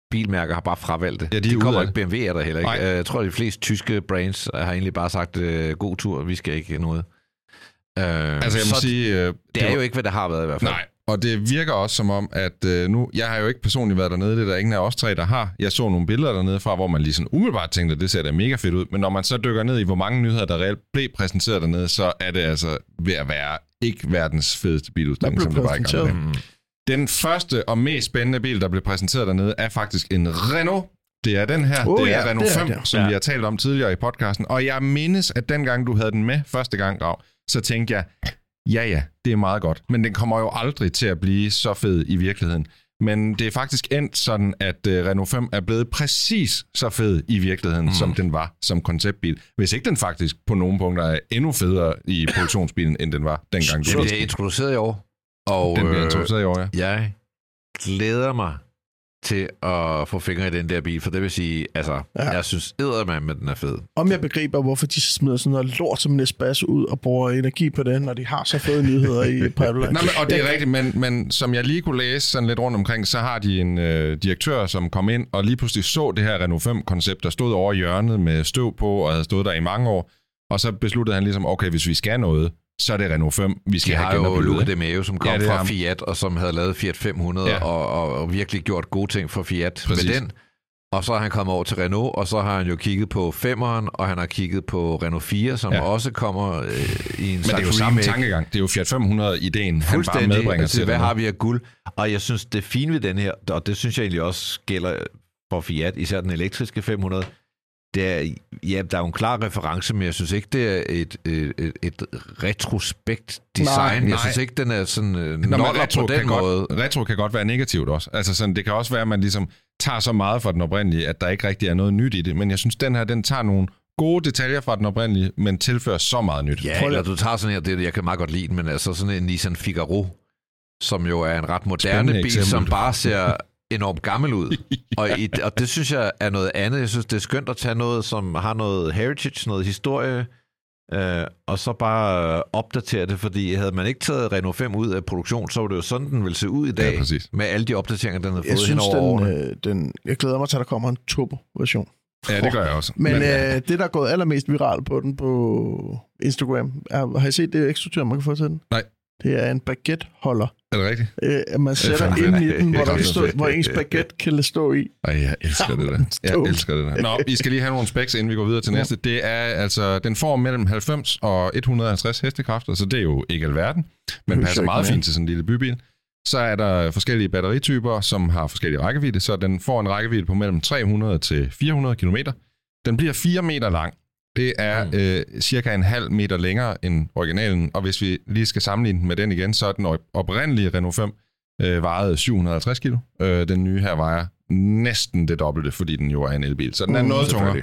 bilmærker har bare fravalgt det. Ja, de, de kommer ikke. ikke. B M W er der heller ikke. Nej. Jeg tror, at de fleste tyske brands har egentlig bare sagt, uh, god tur, vi skal ikke noget. Uh, altså, jeg må sige... Uh, det, det er var... jo ikke, hvad det har været i hvert fald. Nej, og det virker også som om, at uh, nu... Jeg har jo ikke personligt været dernede, det er der ingen af os tre, der har. Jeg så nogle billeder dernede fra, hvor man lige sådan umiddelbart tænkte, at det ser da mega fedt ud. Men når man så dykker ned i, hvor mange nyheder, der reelt blev præsenteret dernede, så er det altså ved at være ikke verdens fedeste biludstilling, som det var i gang med. Den første og mest spændende bil, der blev præsenteret dernede, er faktisk en Renault. Det er den her. Oh, det er ja, Renault fem, det, som ja. vi har talt om tidligere i podcasten. Og jeg mindes, at dengang du havde den med første gang, Grav, så tænkte jeg, ja ja, det er meget godt. Men den kommer jo aldrig til at blive så fed i virkeligheden. Men det er faktisk endt sådan, at uh, Renault fem er blevet præcis så fed i virkeligheden, mm. som den var som konceptbil. Hvis ikke den faktisk på nogle punkter er endnu federe i produktionsbilen, end den var dengang. Den bliver introduceret i år. Og, den bliver introduceret i år, ja. Jeg glæder mig til at få fingre i den der bil, for det vil sige, altså, ja. jeg synes eddermand, at den er fed. Om jeg begriber, hvorfor de smider sådan noget lort som en Espresso ud og bruger energi på det, når de har så fede nyheder i pipeline. Nej, men, og det er rigtigt, men, men som jeg lige kunne læse sådan lidt rundt omkring, så har de en øh, direktør, som kom ind og lige pludselig så det her Renault fem-koncept, der stod over hjørnet med støv på og havde stået der i mange år, og så besluttede han ligesom, okay, hvis vi skal noget, så er det Renault fem, vi skal de have genopbygget. De har jo Luca De Meo, som kom ja, fra ham. Fiat, og som havde lavet Fiat fem hundrede, ja. og, og, og virkelig gjort gode ting for Fiat Præcis. med den. Og så har han kommet over til Renault, og så har han jo kigget på femmeren, og han har kigget på Renault fire, som ja. også kommer øh, i en Men slags det er jo samme tankegang. Det er jo Fiat fem hundrede-ideen, han bare medbringer altså, til hvad Renault. har vi af guld? Og jeg synes, det fine ved den her, og det synes jeg egentlig også gælder for Fiat, især den elektriske fem hundrede, det er, ja, der er jo en klar reference, men jeg synes ikke, det er et, et, et, et retrospekt design. Nej, jeg nej. synes ikke, den er sådan uh, noller på den måde. Godt, retro kan godt være negativt også. Altså sådan, det kan også være, at man ligesom tager så meget fra den oprindelige, at der ikke rigtig er noget nyt i det. Men jeg synes, den her, den tager nogle gode detaljer fra den oprindelige, men tilfører så meget nyt. Ja, eller du tager sådan her, det jeg kan meget godt lide den, men altså sådan en Nissan Figaro, som jo er en ret moderne Spændende bil, eksempel. som bare ser enormt gammel ud. Og, i, og det synes jeg er noget andet. Jeg synes, det er skønt at tage noget, som har noget heritage, noget historie, øh, og så bare opdatere det, fordi havde man ikke taget Renault fem ud af produktion, så var det jo sådan, den ville se ud i dag, ja, med alle de opdateringer, den har fået hen over årene. Øh, den, jeg glæder mig til, at der kommer en turbo-version. Ja, det gør jeg også. Men, Men øh, det, der er gået allermest viralt på den på Instagram, er, har I set det ekstratyr, man kan få til den? Nej. Det er en baguette-holder. Er det rigtigt? Øh, man sætter ind i den, hvor, der stå, hvor ens baguette kan stå i. Ej, jeg elsker det der. Jeg elsker det der. Nå, vi skal lige have nogle specs, inden vi går videre til næste. Det er altså, den får mellem halvfems og et hundrede og halvtreds hestekræfter, så det er jo ikke alverden, men passer meget fint til sådan en lille bybil. Så er der forskellige batterityper, som har forskellige rækkevidde, så den får en rækkevidde på mellem tre hundrede til fire hundrede kilometer. Den bliver fire meter lang. Det er mm. øh, cirka en halv meter længere end originalen, og hvis vi lige skal sammenligne den med den igen, så er den oprindelige Renault fem øh, vejede syv hundrede og halvtreds kilo. Øh, den nye her vejer næsten det dobbelte, fordi den jo er en elbil, så den er mm, noget tungere.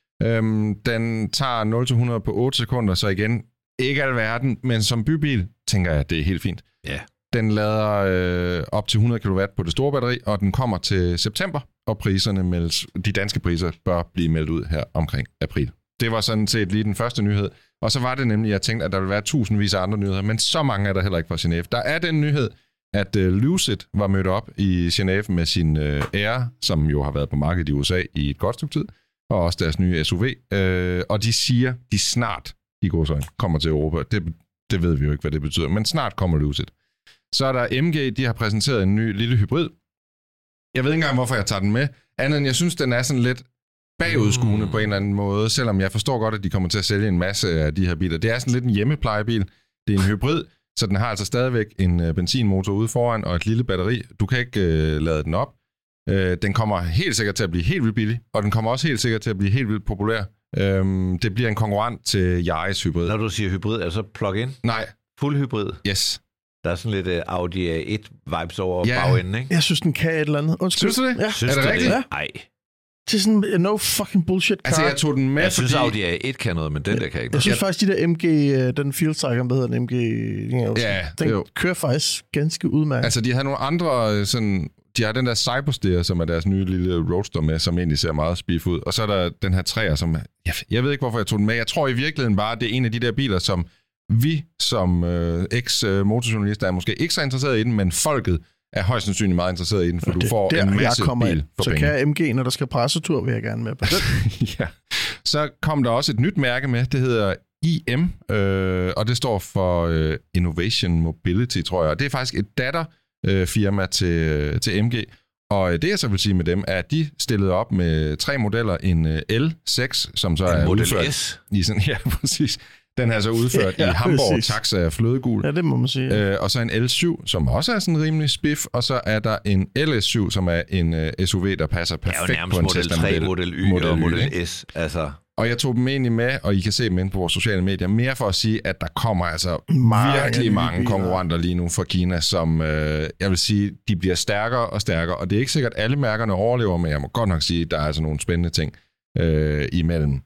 Øhm, den tager nul til hundrede på otte sekunder, så igen, ikke alverden, men som bybil, tænker jeg, det er helt fint. Yeah. Den lader øh, op til hundrede kilowatt på det store batteri, og den kommer til september, og priserne meldes, de danske priser bør blive meldt ud her omkring april. Det var sådan set lige den første nyhed. Og så var det nemlig, at jeg tænkte, at der ville være tusindvis af andre nyheder, men så mange er der heller ikke fra Genève. Der er den nyhed, at uh, Lucid var mødt op i Genève med sin uh, Air, som jo har været på markedet i U S A i et godt stykke tid, og også deres nye S U V. Uh, og de siger, de snart, i gåseøjne, kommer til Europa. Det, det ved vi jo ikke, hvad det betyder, men snart kommer Lucid. Så er der M G, de har præsenteret en ny lille hybrid. Jeg ved ikke engang, hvorfor jeg tager den med. Andet end, jeg synes, den er sådan lidt bagudskuende mm. på en eller anden måde, selvom jeg forstår godt, at de kommer til at sælge en masse af de her biler. Det er sådan lidt en hjemmeplejebil. Det er en hybrid, så den har altså stadigvæk en uh, benzinmotor ude foran og et lille batteri. Du kan ikke uh, lade den op. Uh, den kommer helt sikkert til at blive helt vildt billig, og den kommer også helt sikkert til at blive helt vildt populær. Uh, det bliver en konkurrent til Yaris hybrid. Når du siger hybrid, altså plug-in? Nej. Fuld hybrid? Yes. Der er sådan lidt uh, Audi A et vibes over ja. bagenden, ikke? Jeg synes, den kan et eller andet. Undskyld. Synes du det? Ja. Synes er det rigtigt? Det? Nej. Det er sådan no fucking bullshit car. Altså, jeg tog den med, Jeg synes, fordi... Audi A et kan noget, men den der kan ikke. Jeg synes faktisk, de der M G, den Fieldstriker, hvad hedder den, M G... Ja, den jo. kører faktisk ganske udmærket. Altså, de har nogle andre sådan... De har den der Cybersteer, som er deres nye lille roadster med, som egentlig ser meget spiff ud. Og så er der den her træer, som... Jeg, jeg ved ikke, hvorfor jeg tog den med. Jeg tror i virkeligheden bare, at det er en af de der biler, som vi som øh, eks-motorjournalister er måske ikke så interesseret i den, men folket er højst sandsynligt meget interesseret i den, for det, du får der, en masse bil for så penge. Så kan M G, når der skal pressetur, vil jeg gerne med på det. Ja. Så kom der også et nyt mærke med, det hedder I M, øh, og det står for øh, Innovation Mobility, tror jeg. Og det er faktisk et datterfirma øh, til, til M G. Og det, jeg så vil sige med dem, er, at de stillede op med tre modeller. En uh, L seks, som så en er Model udført S. i sådan, ja, præcis. Den er så udført ja, i Hamburg, præcis. Taxa og flødegul. Ja, det må man sige. Øh, og så en L syv, som også er sådan rimelig spiff. Og så er der en L S syv, som er en uh, S U V, der passer perfekt på en Tesla-model. Model Y model og Model S, altså... Og jeg tog dem egentlig med, og I kan se dem inde på vores sociale medier, mere for at sige, at der kommer altså mange virkelig mange konkurrenter lige nu fra Kina, som øh, jeg vil sige, de bliver stærkere og stærkere. Og det er ikke sikkert, at alle mærkerne overlever, men jeg må godt nok sige, at der er altså nogle spændende ting øh, imellem.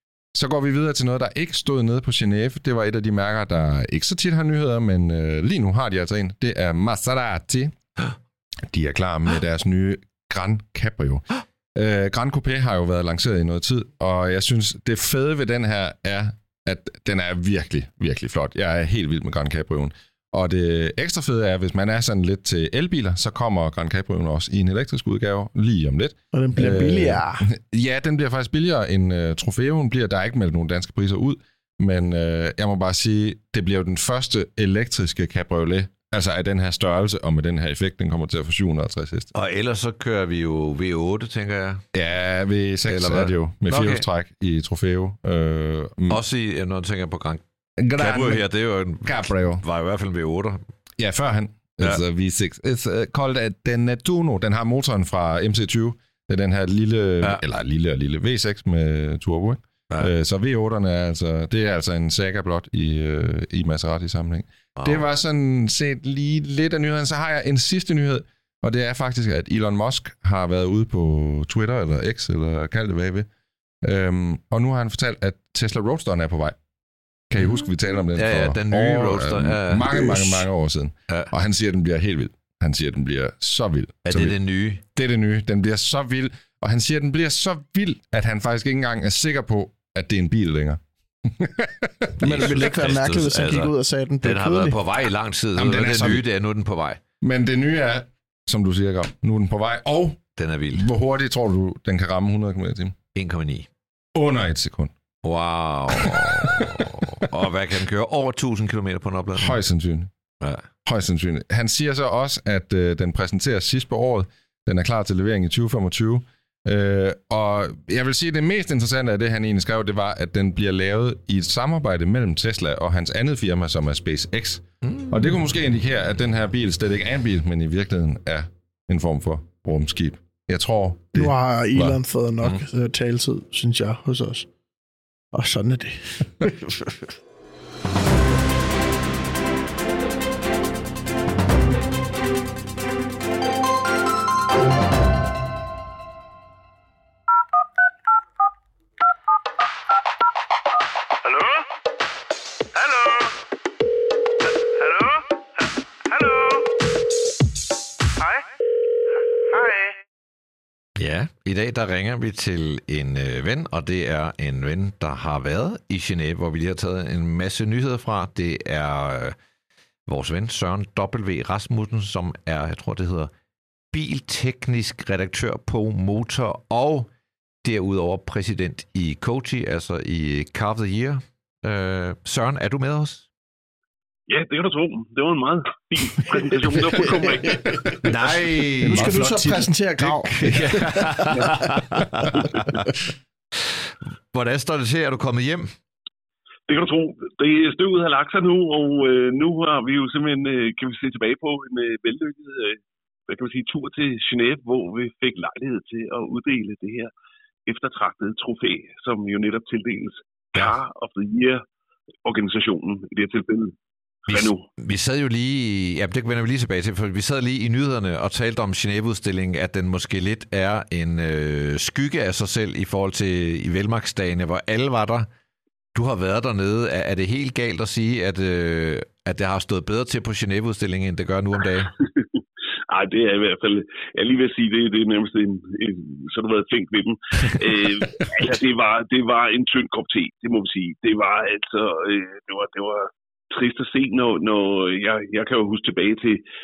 Så går vi videre til noget, der ikke stod nede på Genève. Det var et af de mærker, der ikke så tit har nyheder, men øh, lige nu har de altså en. Det er Maserati. De er klar med deres nye Gran Cabrio. Uh, Gran Coupé har jo været lanceret i noget tid, og jeg synes, det fede ved den her er, at den er virkelig, virkelig flot. Jeg er helt vild med Gran Cabrioen. Og det ekstra fede er, hvis man er sådan lidt til elbiler, så kommer Gran Cabrioen også i en elektrisk udgave lige om lidt. Og den bliver billigere. Uh, ja, den bliver faktisk billigere end uh, Trofeoen bliver. Der er ikke meldt nogen danske priser ud, men uh, jeg må bare sige, det bliver jo den første elektriske cabriolet, altså af den her størrelse, og med den her effekt, den kommer til at få syv hundrede og halvtreds heste. Og ellers så kører vi jo V otte, tænker jeg. Ja, V seks eller er det jo, med firehjulstræk okay. i Trofeo. Øh, Også i, når du tænker på Gran Cabrio her, det er jo en, Cabrio. Var i hvert fald en V otte. Ja, førhen. Ja. Altså V seks. It's uh, called den Nettuno. Den har motoren fra M C tyve. Det er den her lille, ja. eller lille og lille V seks med turbo, ikke? Ja. Øh, så V otterne er altså, det er altså en saga blot i, øh, i Maserati-sammenhæng. Wow. Det var sådan set lige lidt af nyheden. Så har jeg en sidste nyhed, og det er faktisk, at Elon Musk har været ude på Twitter, eller X, eller kald det hvad I vil. Øhm, og nu har han fortalt, at Tesla Roadsteren er på vej. Kan I huske, vi talte om den ja, ja, for den nye år, Roadster. Øh, ja. mange, mange, mange år siden. Ja. Og han siger, at den bliver helt vild. Han siger, at den bliver så vild. Er så det vild. det nye? Det er det nye. Den bliver så vild. Og han siger, at den bliver så vild, at han faktisk ikke engang er sikker på, at det er en bil længere. Men det ville ikke være mærkeligt, hvis han altså, gik ud og sagde, at den blev Den har været på vej i lang tid. Jamen, den er det nye, det er nu den på vej. Men det nye er, som du siger, Gav, nu er den på vej. Og den er vild. Hvor hurtigt tror du, den kan ramme hundrede kilometer i timen? en komma ni. Under et sekund. Wow. Og hvad kan den køre? Over tusind kilometer på en opladning? Højst sandsynligt. Ja. Højst sandsynligt. Han siger så også, at øh, den præsenteres sidst på året. Den er klar til levering i tyve femogtyve. Øh, og jeg vil sige, at det mest interessante af det, han egentlig skrev, det var, at den bliver lavet i et samarbejde mellem Tesla og hans andet firma, som er SpaceX. Mm. Og det kunne måske indikere, at den her bil slet ikke er en bil, men i virkeligheden er en form for rumskib. Jeg tror, det nu har Elon var... fået nok mm. taletid, synes jeg, hos os. Og sådan er det. Ja, i dag der ringer vi til en øh, ven, og det er en ven, der har været i Genève, hvor vi lige har taget en masse nyheder fra. Det er øh, vores ven Søren W. Rasmussen, som er, jeg tror det hedder, bilteknisk redaktør på Motor, og derudover præsident i Coachy, altså i Car of the Year. Øh, Søren, er du med os? Ja, det kan du tro. Det var en meget fin præsentation. Det var fuldkommen rigtigt. Nej. Nu skal du så præsentere Grav. Hvordan står det til? Er du kommet hjem? Det kan du tro. Det støvet har lagt sig nu, og øh, nu har vi jo simpelthen, øh, kan vi se tilbage på, en øh, vellykket øh, hvad kan man sige, tur til Genève, hvor vi fik lejlighed til at uddele det her eftertragtede trofæ, som jo netop tildeles Car of the Year-organisationen i det her tilfælde. Vi, vi sad jo lige, ja, det vender vi lige tilbage til, for vi sad lige i nyhederne og talte om Genève-udstillingen, at den måske lidt er en øh, skygge af sig selv i forhold til i Velmarksdagene, hvor alle var der. Du har været dernede. Er, er det helt galt at sige, at, øh, at det har stået bedre til på Genève-udstillingen, end det gør nu om dagen? Nej, det er i hvert fald, jeg lige vil sige, det, det er nærmest en, en så har du været flink ved dem. øh, altså, det var, det var en tynd kop te, det må vi sige. Det var altså, øh, det var, det var trist at se, når, når jeg, jeg kan jo huske tilbage til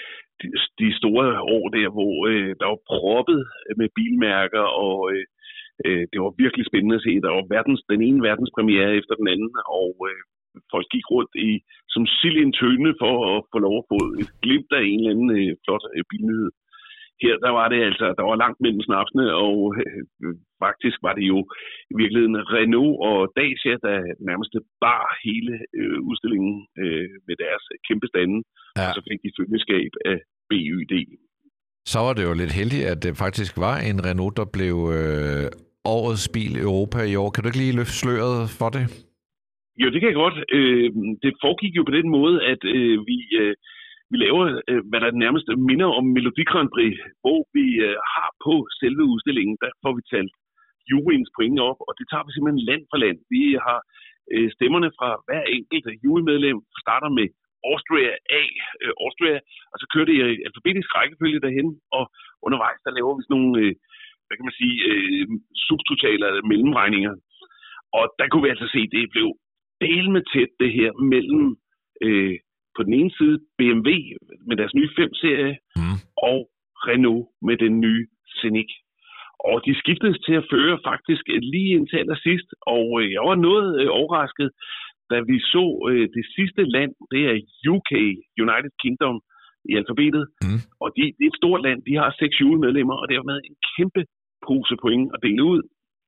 de, de store år der, hvor øh, der var proppet med bilmærker, og øh, det var virkelig spændende at se. Der var verdens, den ene verdenspremiere efter den anden, og øh, folk gik rundt i, som sild i en tønde for at få lov at få et glimt af en eller anden øh, flot øh, bilnyhed. Her der var det altså, der var langt mellem snapsene, og øh, faktisk var det jo i virkeligheden Renault og Dacia, der nærmest bar hele øh, udstillingen øh, med deres kæmpe stande, ja. Og så fik de følgeskab af B Y D. Så var det jo lidt heldigt, at det faktisk var en Renault, der blev øh, årets bil i Europa i år. Kan du ikke lige løfte sløret for det? Jo, det kan jeg godt. Øh, det foregik jo på den måde, at øh, vi... Øh, Vi laver, hvad der nærmest minder om Melodi Grand Prix, hvor vi har på selve udstillingen, der får vi talt juryens point op, og det tager vi simpelthen land for land. Vi har stemmerne fra hver enkelt jurymedlem, starter med Austria A, Austria, og så kører det i alfabetisk rækkefølge derhen, og undervejs der laver vi sådan nogle, hvad kan man sige, subtotale mellemregninger. Og der kunne vi altså se, at det blev delme tæt det her mellem øh, på den ene side B M W med deres nye fem-serie, mm. og Renault med den nye Scenic. Og de skiftedes til at føre faktisk lige indtil allersidst, og jeg var noget overrasket, da vi så det sidste land, det er U K, United Kingdom, i alfabetet. Mm. Og de, det er et stort land, de har seks jurymedlemmer, og det har været en kæmpe pose point at dele ud.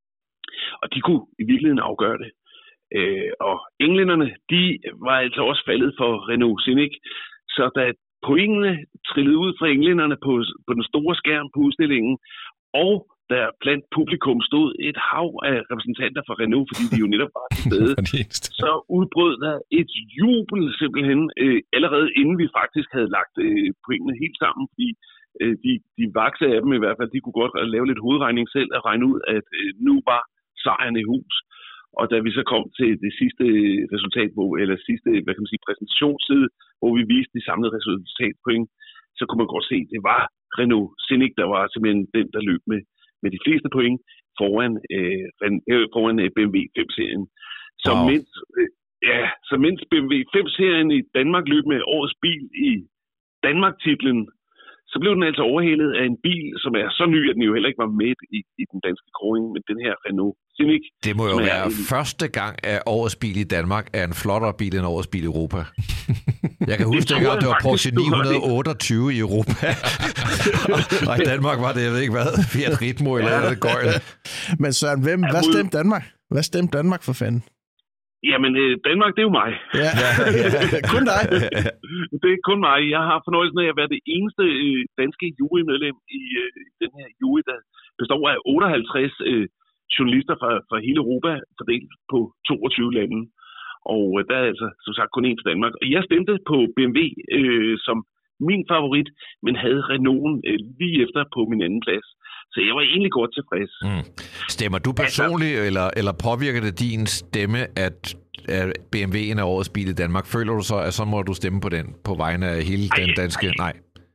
Og de kunne i virkeligheden afgøre det. Øh, og englænderne, de var altså også faldet for Renault Scenic, så da pointene trillede ud fra englænderne på, på den store skærm på udstillingen, og der blandt publikum stod et hav af repræsentanter fra Renault, fordi de jo netop var til stede, så udbrød der et jubel simpelthen, øh, allerede inden vi faktisk havde lagt øh, pointene helt sammen, fordi øh, de, de vakse af dem i hvert fald, de kunne godt lave lidt hovedregning selv og regne ud, at øh, nu var sejren i hus. Og da vi så kom til det sidste resultat, eller sidste, hvad kan man sige, præsentationsside, hvor vi viste de samlede resultatpoint, så kunne man godt se, at det var Renault Scenic, der var simpelthen den, der løb med, med de fleste point foran, øh, foran B M W fem-serien. Så, wow. mens, øh, ja, så mens B M W fem-serien i Danmark løb med årets bil i Danmark-titlen, så blev den altså overhældet af en bil, som er så ny, at den jo heller ikke var med i, i den danske kåring, men den her Renault Scenic. Det må jo være en... første gang, at årets bil i Danmark er en flottere bil end årets bil i Europa. Jeg kan huske, at det var Porsche ni hundrede otteogtyve i Europa. Og i Danmark var det, jeg ved ikke hvad, Fiat Ritmo eller ja. noget gøjl. Men Søren, hvem, hvad stemte Danmark? Hvad stemte Danmark for fanden? Jamen, Danmark, det er jo mig. Ja, ja, ja. Kun dig. Det er kun mig. Jeg har fornøjelsen af at være det eneste danske jurymedlem i den her jury, der består af otteoghalvtreds journalister fra, fra hele Europa, fordelt på toogtyve lande. Og der er altså, som sagt, kun én for Danmark. Og jeg stemte på B M W øh, som min favorit, men havde Renaulten øh, lige efter på min anden plads. Så jeg var egentlig godt tilfreds. Mm. Stemmer du personligt, altså, eller, eller påvirker det din stemme, at, at B M W'en er årets bil i Danmark? Føler du så, at så må du stemme på den, på vegne af hele ej, den danske... Ej. Nej.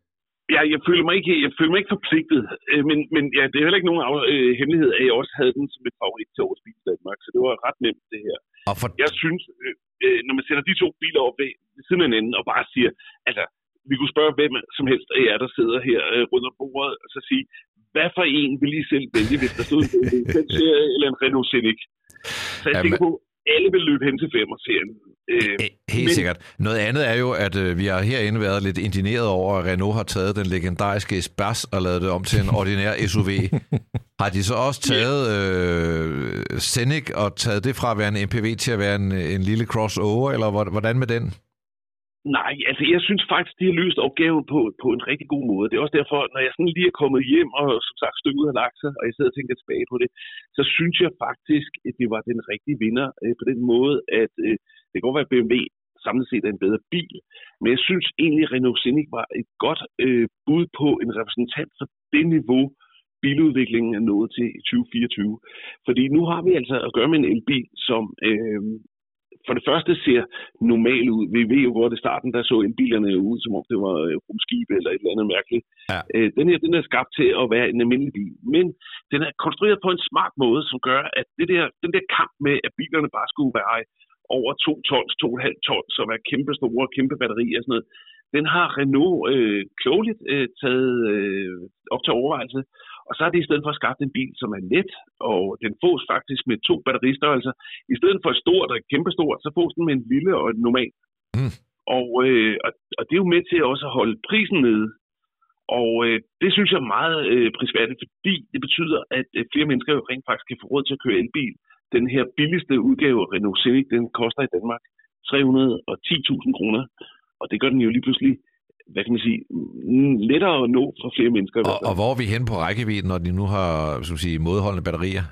Ja, jeg føler mig ikke, jeg føler mig ikke forpligtet, men, men ja, det er heller ikke nogen øh, hemmelighed, at jeg også havde den som et favorit til årets bil i Danmark, så det var ret nemt, det her. Og for... Jeg synes, øh, når man sætter de to biler op ved, ved siden af hinanden og bare siger, altså, vi kunne spørge hvem som helst af jer, der sidder her øh, rundt om bordet, og så sige, hvad for en vil I selv vælge, hvis der stod en fem-serie eller en Renault Scenic? Så jeg tænker på, alle vil løbe hen til femmer-serien. Øh, Helt men... sikkert. Noget andet er jo, at øh, vi har herinde været lidt indigneret over, at Renault har taget den legendariske Espace og lavet det om til en ordinær S U V. Har de så også taget øh, Scenic og taget det fra at være en M P V til at være en, en lille crossover, eller hvordan med den? Nej, altså jeg synes faktisk, de har løst opgaven på, på en rigtig god måde. Det er også derfor, når jeg sådan lige er kommet hjem og som sagt stykket har lagt sig, og jeg sidder og tænker tilbage på det, så synes jeg faktisk, at det var den rigtige vinder øh, på den måde, at øh, det kan godt være, at B M W samlet set er en bedre bil, men jeg synes egentlig, at Renault Scenic var et godt øh, bud på en repræsentant for det niveau, biludviklingen er nået til i tyve fireogtyve. Fordi nu har vi altså at gøre med en elbil, som... Øh, For det første ser normal ud. Vi ved jo godt, at i starten der så elbilerne ud, som om det var rumskibe eller et eller andet mærkeligt. Ja. Den her, den er skabt til at være en almindelig bil. Men den er konstrueret på en smart måde, som gør, at det der, den der kamp med, at bilerne bare skulle være over to tons, to komma fem tons, og være kæmpe store, kæmpe batterier og sådan noget, den har Renault øh, klogeligt øh, taget øh, op til overvejelse, og så er det i stedet for at skaffe en bil, som er let, og den fås faktisk med to batteristørrelser. I stedet for et stort og et kæmpestort, så fås den med en lille og et normal. Mm. Og, øh, og, og det er jo med til også at holde prisen nede. Og øh, det synes jeg er meget øh, prisværdigt, fordi det betyder, at øh, flere mennesker jo rent faktisk kan få råd til at køre elbil. Den her billigste udgave af Renault Scenic, den koster i Danmark tre hundrede og ti tusind kroner. Og det gør den jo lige pludselig, hvad kan man sige, lettere at nå for flere mennesker. Og, og hvor er vi hen på rækkevidden, når de nu har, så at sige, mådeholdende batterier?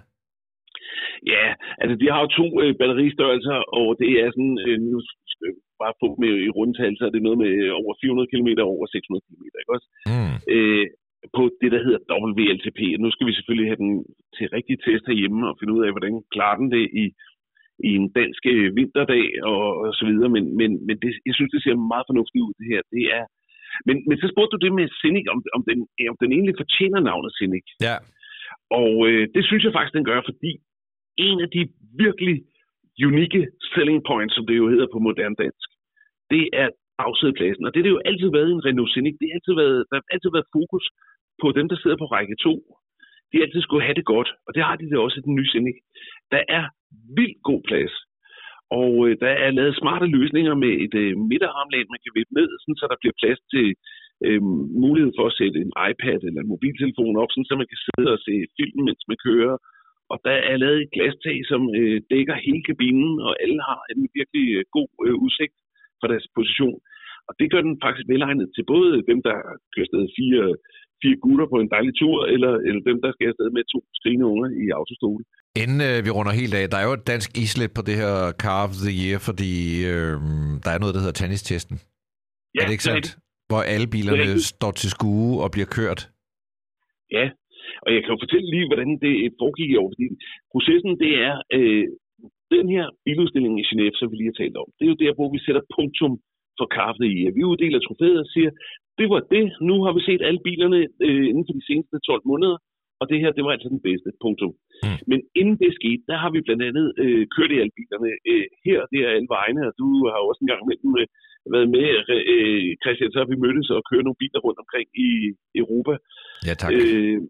Ja, altså de har jo to øh, batteristørrelser, og det er sådan, øh, nu skal jeg bare få med i rundtal, så er det noget med over fire hundrede kilometer og over seks hundrede kilometer, ikke også? Mm. Øh, på det, der hedder W L T P. Nu skal vi selvfølgelig have den til rigtig test herhjemme og finde ud af, hvordan klarer den det i, i en dansk vinterdag og, og så videre, men, men, men det, jeg synes, det ser meget fornuftigt ud, det her. Det er, men, men så spurgte du det med Scenic, om, om, den, om den egentlig fortjener navnet Scenic. Ja. Og øh, det synes jeg faktisk, den gør, fordi en af de virkelig unikke selling points, som det jo hedder på moderne dansk, det er bagsædepladsen. Og det har det jo altid været i en Renault Scenic. Det har altid været, der har altid været fokus på dem, der sidder på række to. De altid skulle have det godt, og det har de det også i den nye Scenic. Der er vildt god plads, og øh, der er lavet smarte løsninger med et øh, midterarmlæn, man kan vippe ned, sådan, så der bliver plads til øh, mulighed for at sætte en iPad eller en mobiltelefon op, sådan, så man kan sidde og se film, mens man kører. Og der er lavet et glastag, som øh, dækker hele kabinen, og alle har en virkelig øh, god øh, udsigt fra deres position. Og det gør den faktisk velegnet til både dem, der kører afsted fire, fire gutter på en dejlig tur, eller, eller dem, der skal afsted med to skrigende unger i autostole. Inden øh, vi runder helt af, der er jo et dansk islet på det her Car of the Year, fordi øh, der er noget, der hedder Tannistesten. Ja, er det ikke sandt? Det. Hvor alle bilerne står til skue og bliver kørt. Ja, og jeg kan jo fortælle lige, hvordan det foregik i år, fordi processen, det er øh, den her biludstilling i Genève, som vi lige har talt om. Det er jo der, hvor vi sætter punktum for Car of the Year. Vi uddeler trofæet og siger, det var det. Nu har vi set alle bilerne øh, inden for de seneste tolv måneder, og det her, det var altså den bedste. Punktum. Mm. Men inden det skete, der har vi blandt andet øh, kørt i alle bilerne øh, her og der alle vejene, og du har også en gang mellem øh, været med, øh, Christian, så har vi mødtes og kørt nogle biler rundt omkring i Europa. Ja, tak. Øh,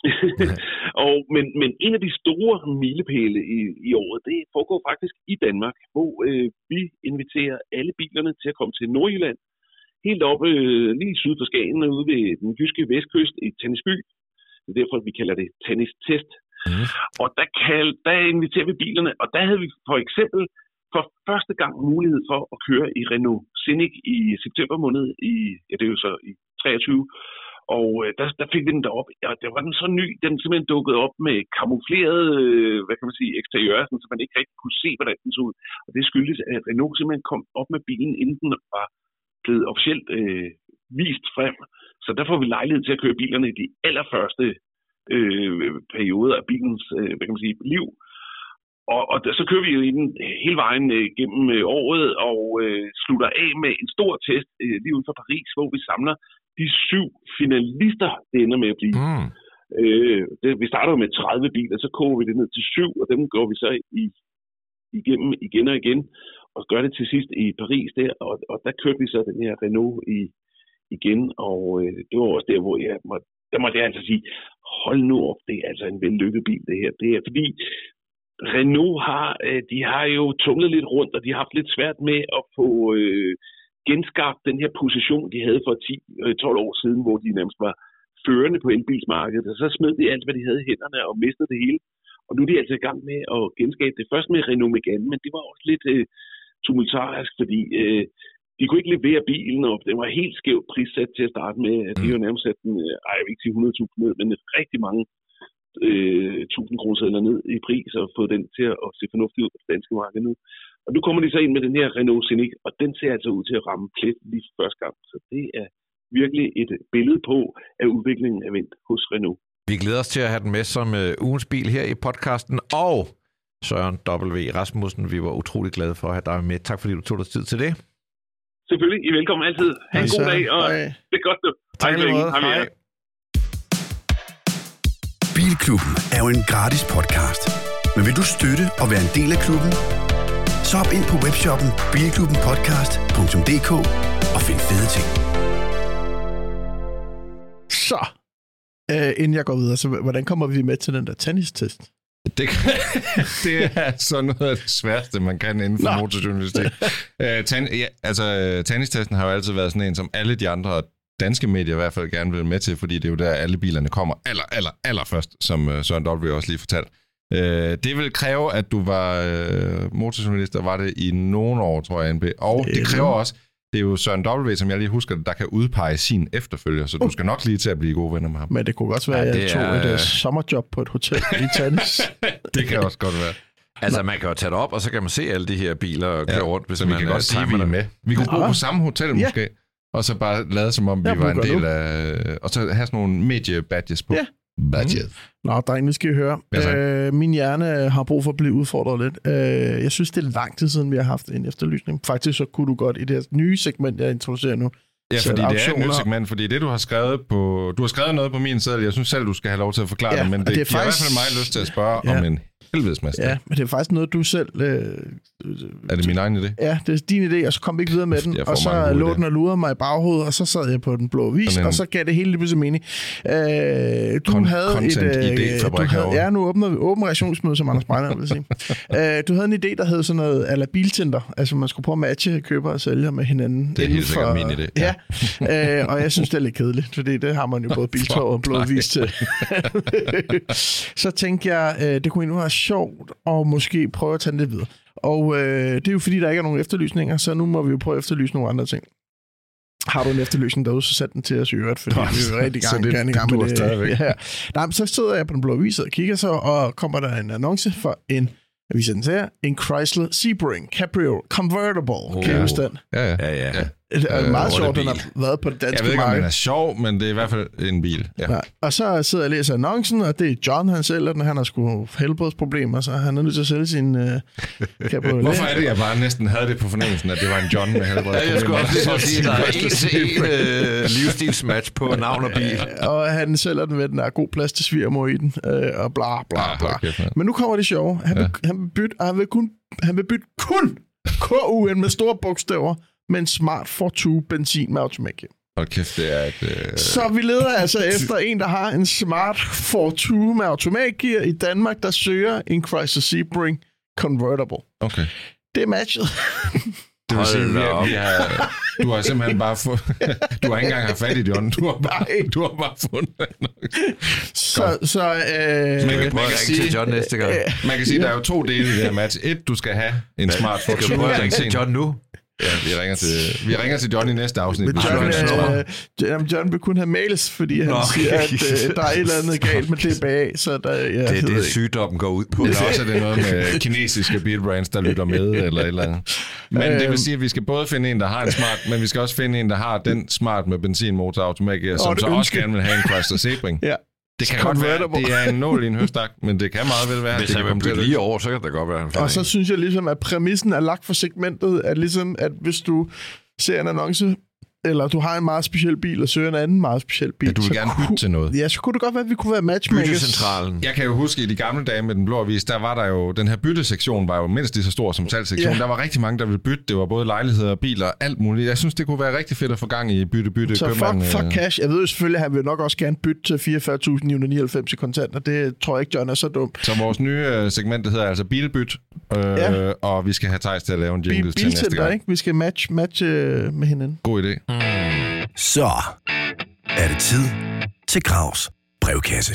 og, men, men en af de store milepæle i, i året, det foregår faktisk i Danmark, hvor øh, vi inviterer alle bilerne til at komme til Nordjylland, helt oppe øh, lige syd for Skagen, ude ved den jyske vestkyst i Tannisby. Det er derfor, vi kalder det Tannistest. Mm. Og der, kald, der inviterer vi bilerne, og der havde vi for eksempel for første gang mulighed for at køre i Renault Scenic i september måned, i, ja, det er jo så i treogtyve. Og øh, der, der fik vi den derop, og der var den så ny, den simpelthen dukkede op med kamufleret, øh, hvad kan man sige, eksteriør, så man ikke rigtig kunne se, hvordan den så ud. Og det skyldes, at Renault simpelthen kom op med bilen, inden den var blevet officielt øh, vist frem. Så der får vi lejlighed til at køre bilerne i de allerførste øh, perioder af bilens, øh, hvad kan man sige, liv. Og, og der, så kører vi jo i den hele vejen øh, gennem øh, året, og øh, slutter af med en stor test øh, lige uden for Paris, hvor vi samler de syv finalister, det ender med at blive. Mm. Øh, det, vi starter jo med tredive biler, så koger vi det ned til syv, og dem går vi så i, igennem igen og igen, og gør det til sidst i Paris der, og, og der kørte vi så den her Renault i, igen, og øh, det var også der, hvor jeg måtte, der måtte jeg altså sige, hold nu op, det er altså en vellykket bil, det her. Det er fordi, Renault har, øh, de har jo tumlet lidt rundt, og de har haft lidt svært med at få øh, genskabt den her position, de havde for ti til tolv år siden, hvor de nærmest var førende på elbilsmarkedet, og så smed de alt, hvad de havde i hænderne, og mistede det hele. Og nu er de altså i gang med at genskabe det. Først med Renault Megane, men det var også lidt øh, tumultarisk, fordi øh, de kunne ikke levere bilen, og den var helt skævt prissat til at starte med. Det er jo nærmest sat den, ej, jeg vil ikke sige hundrede tusind ned, men rigtig mange øh, tusind kroner ned i pris, og fået den til at se fornuftigt ud på det danske marked nu. Og nu kommer de så ind med den her Renault Scenic, og den ser altså ud til at ramme plet lige første gang. Så det er virkelig et billede på af udviklingen af vind hos Renault. Vi glæder os til at have den med som uh, ugens bil her i podcasten, og Søren W. Rasmussen, vi var utrolig glade for at have dig med. Tak fordi du tog dig tid til det. Selvfølgelig. I er velkommen altid. Ha' en god dag, og Hej. Det er godt du. Tak lige måde. Hej. Hej. Bilklubben er jo en gratis podcast, men vil du støtte og være en del af klubben? Så hop ind på webshoppen bilklubben podcast punktum d k og find fede ting. Så, øh, inden jeg går videre, så hvordan kommer vi med til den der tennistest? Det, det er sådan noget af det sværeste, man kan inden for motorjournalistik. uh, tan, ja, altså, tennistesten har jo altid været sådan en, som alle de andre danske medier i hvert fald gerne vil med til, fordi det er jo der, alle bilerne kommer aller, aller, aller først, som uh, Søren W. også lige fortalte. Uh, det vil kræve, at du var uh, motorjournalist, og var det i nogle år, tror jeg, N B. Og det kræver også, det er jo Søren W., som jeg lige husker, der kan udpege sin efterfølger, så du skal nok lige til at blive gode venner med ham. Men det kunne også være, at jeg tog er... et sommerjob på et hotel i tennis. Det kan også godt være. Altså, man kan jo tage det op, og så kan man se alle de her biler og køre ja, rundt, hvis så vi man kan godt sige, vi er med. Vi kunne bo på samme hotel måske, ja. Og så bare lade som om, vi ja, var en del af... Og så have sådan nogle medie-badges på. Ja. Badges. Mm. Nå, dreng, nu skal I høre. Øh, min hjerne har brug for at blive udfordret lidt. Øh, jeg synes, det er lang tid siden, vi har haft en efterlysning. Faktisk så kunne du godt i det her nye segment, jeg introducerer nu. Ja, fordi det er et nyt segment, fordi det, du har skrevet på... Du har skrevet noget på min seddel, jeg synes selv, du skal have lov til at forklare ja, det, men det, det giver faktisk... i hvert fald mig lyst til at spørge ja. om en helvedesmasse. Ja, men det er faktisk noget, du selv... Øh, er det min egen idé? Ja, det er din idé, og så kom vi ikke videre med den, og så lå den og lurede mig i baghovedet, og så sad jeg på den blå vis, en... og så gav det hele lige pludselig mening. Øh, du Kon- havde et... Øh, du havde, ja, nu åbner vi åben reaktionsmøde, som Anders Brænder vil sige. øh, du havde en idé, der hed sådan noget a la biltender, altså man skulle prøve at matche køber og sælger med hinanden. Det er helt sikkert min idé. Ja, ja. øh, og jeg synes, det er lidt kedeligt, fordi det har man jo både biltog og blå vis til. Så tænkte jeg, øh, det kunne endnu være sjovt, og måske prøve at tage det lidt videre. Og øh, det er jo fordi, der ikke er nogen efterlysninger, så nu må vi jo prøve at efterlyse nogle andre ting. Har du en efterlysning derude, så sæt den til os i øvrigt, fordi Nå, vi er jo rigtig gang, det, gang i gang med det. Ja. Nej, men så sidder jeg på den blå avis og kigger så, og kommer der en annonce for en, vi ser den her, en Chrysler Sebring Cabrio Convertible. Oh. Kan I huske den? Ja, ja. ja, ja. Det er meget øh, sjovt, den har været på det danske marked. Jeg ved ikke, om den er sjov, men det er i hvert fald en bil. Ja. Ja. Og så sidder jeg og læser annoncen, og det er John, han sælger den. Han har sgu helbredsproblemer, så han er nødt til at sælge sin uh, Cabrio. Hvorfor er det, jeg bare næsten havde det på fornemmelsen, at det var en John med helbredsproblemer? Ja, jeg skulle også sige, at der er en til en uh, livsstilsmatch på navn og bil. Og han sælger den ved, at den er god plads til svigermor i den, uh, og bla bla bla. Okay, men nu kommer det sjove. Han vil, ja. han vil bytte, han vil kun, han vil bytte kun K U N med store bogstaver med en Smart Fortwo benzin med automatgear. Hold kæft, det er et... Øh... Så vi leder altså efter en, der har en Smart Fortwo med automatgear i Danmark, der søger en Chrysler Sebring Convertible. Okay. Det er matchet. Det vil sige, vi, vi har, du har simpelthen bare fået... Du har ikke engang haft fat i John. Du har bare, du har bare fundet Så, så, øh, så man kan, man kan sige, til John næste gang. Man kan sige, der er jo to dele i det her match. Et, du skal have en Smart Fortwo. Skal du prøve at ringe til John nu? Ja, vi ringer til, vi ringer til John i næste afsnit. Men John, øh, John vil kun have mails, fordi han Nå, siger, at øh, der er et eller andet galt med T B A. Så der, ja, det er det, sygdommen går ud på. Eller også er det noget med kinesiske bilbrands, der lytter med, eller et eller andet. Men øh, det vil sige, at vi skal både finde en, der har en smart, men vi skal også finde en, der har den smart med benzinmotor automatgear, som så ønske. også gerne vil have en Chrysler Sebring. Ja. Det kan godt være, det er en nål i en høstak, men det kan meget vel være. Hvis han vil blive lige over, så kan det godt være. Og så synes jeg ligesom, at præmissen er lagt for segmentet, at ligesom, at hvis du ser en annonce, eller du har en meget speciel bil, og søger en anden meget speciel bil. Ja, du vil gerne bytte ku- til noget. Ja, så kunne det godt være, at vi kunne være matchmakers. Byttecentralen. Jeg kan jo huske, i de gamle dage med den blå avis, der var der jo, den her byttesektion var jo mindst lige så stor som salgssektion. Ja. Der var rigtig mange, der ville bytte. Det var både lejligheder og biler, alt muligt. Jeg synes, det kunne være rigtig fedt at få gang i bytte, bytte. Så fuck, fuck cash. Jeg ved jo selvfølgelig, at han vil nok også gerne bytte til fireogfyrre tusind ni hundrede nioghalvfems i kontanter. Det tror jeg ikke, John er så dum. Så vores nye segment, det hedder altså bilbyt, øh, ja. og vi skal have Theis til at lave en jingle til næste gang. Ikke? Vi skal match, match øh, med hinanden. God idé. Mm. Så er det tid til Gravs brevkasse.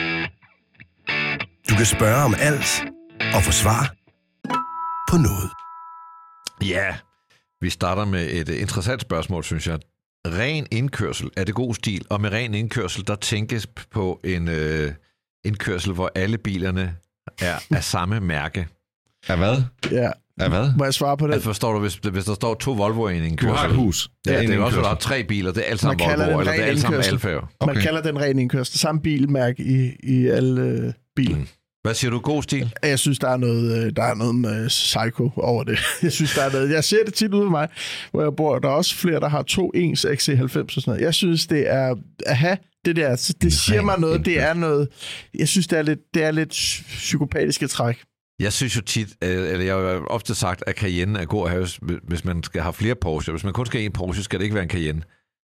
Du kan spørge om alt og få svar på noget. Ja, vi starter med et interessant spørgsmål, synes jeg. Ren indkørsel, er det god stil? Og med ren indkørsel, der tænkes på en øh, indkørsel, hvor alle bilerne er af samme mærke. Af hvad? Ja. Ja, hvad? Må jeg svare på det? Altså forstår du, hvis, hvis der står to Volvo'er i en indkørsel? Du har et hus. Ja, ja det er også, der er tre biler. Det er alle sammen Volvo'er, eller det er alle sammen Alfa'er. Okay. Man kalder den ren indkørsel. Samme bilmærke i, i alle øh, biler. Mm. Hvad siger du? God stil? Jeg synes, der er noget, der er noget med psycho over det. Jeg synes, der er noget. Jeg ser det tit ud af mig, hvor jeg bor. Der er også flere, der har to ens X C halvfems og sådan noget. Jeg synes, det er at have det der. Det siger mig noget. Det er noget. Jeg synes, det er lidt, det er lidt psykopatiske træk. Jeg synes jo tit, eller jeg har ofte sagt, at Cayenne er god at have, hvis man skal have flere Porsche. Hvis man kun skal have en Porsche, skal det ikke være en Cayenne.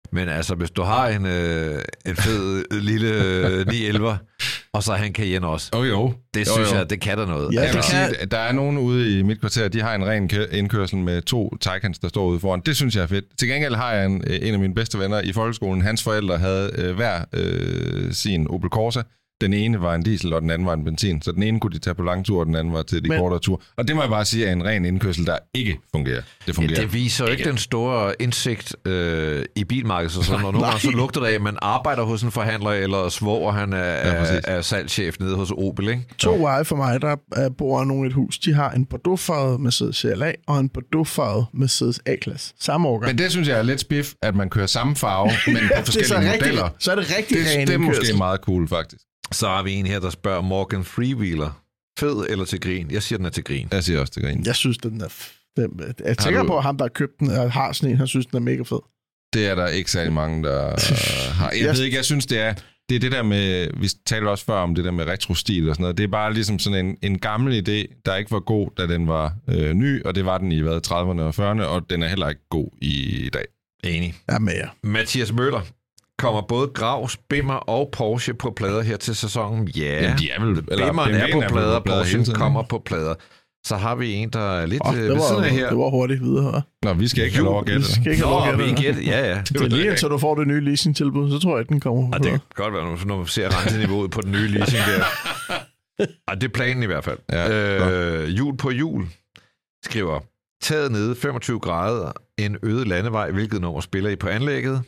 Men altså, hvis du har en, øh, en fed lille øh, ni elleve, og så han Cayenne også. Oh, jo. Det jo, synes jo. jeg, det kan der noget. Ja, Jeg vil det sige, kan- at der er nogen ude i mit kvarter, de har en ren kø- indkørsel med to Taycans, der står ude foran. Det synes jeg er fedt. Til gengæld har jeg en, en af mine bedste venner i folkeskolen. Hans forældre havde øh, hver øh, sin Opel Corsa. Den ene var en diesel, og den anden var en benzin. Så den ene kunne de tage på lang tur, og den anden var til de Men- kortere tur. Og det må jeg bare sige er en ren indkørsel, der ikke fungerer. Det fungerer. Ja, det viser jo ikke den store indsigt øh, i bilmarkedet, så sådan, og nogle gange så lugter det af, at man arbejder hos en forhandler, eller svoger han er, Ja, præcis. er, er salgschef nede hos Opel, ikke? To veje for mig, der øh, bor nogen i et hus. De har en Bordeaux-farvet Mercedes C L A og en Bordeaux-farvet Mercedes A-klasse. Samme årgang. Men det synes jeg er lidt spiff, at man kører samme farve, men på det er så forskellige rigtig, modeller. så er det rigtig Det, ren det er måske indkørsel. meget cool, faktisk. Så har vi en her, der spørger Morgan Freewheeler. Fed eller til grin? Jeg siger, den er til grin. Jeg siger også til grin. Jeg synes, den er... f- Den, jeg er sikker du- på, at ham, der har købt den, og har sådan en, han synes, den er mega fed. Det er der ikke særlig mange, der har. Jeg Jeg- ved ikke, jeg synes, det er, det er det der med, vi talte også før om det der med retro-stil og sådan noget. Det er bare ligesom sådan en, en gammel idé, der ikke var god, da den var øh, ny, og det var den i hvad, trediverne og fyrrerne, og den er heller ikke god i dag. Enig. Jeg er med jer. Mathias Møller. Kommer både Grav, Bimmer og Porsche på plader her til sæsonen? Ja, Jamen, de er vel... Bimmeren er på vel plader, hele Porsche tiden, kommer ikke? på plader. Så har vi en, der er lidt Oh, øh, det, ved siden var, af her. det var hurtigt videre. Nå, vi skal ikke have lov at Vi gætte. skal ikke have lov Nå, at vi gætte. gætter. Ja, ja. Det er lige indtil du får det nye leasing-tilbud, så tror jeg, at den kommer på. Og det kan godt være, når man ser renteniveauet på den nye leasing der. Og det er planen i hvert fald. Ja, øh, jul på jul skriver, taget nede femogtyve grader, en øde landevej, hvilket nummer spiller I på anlægget?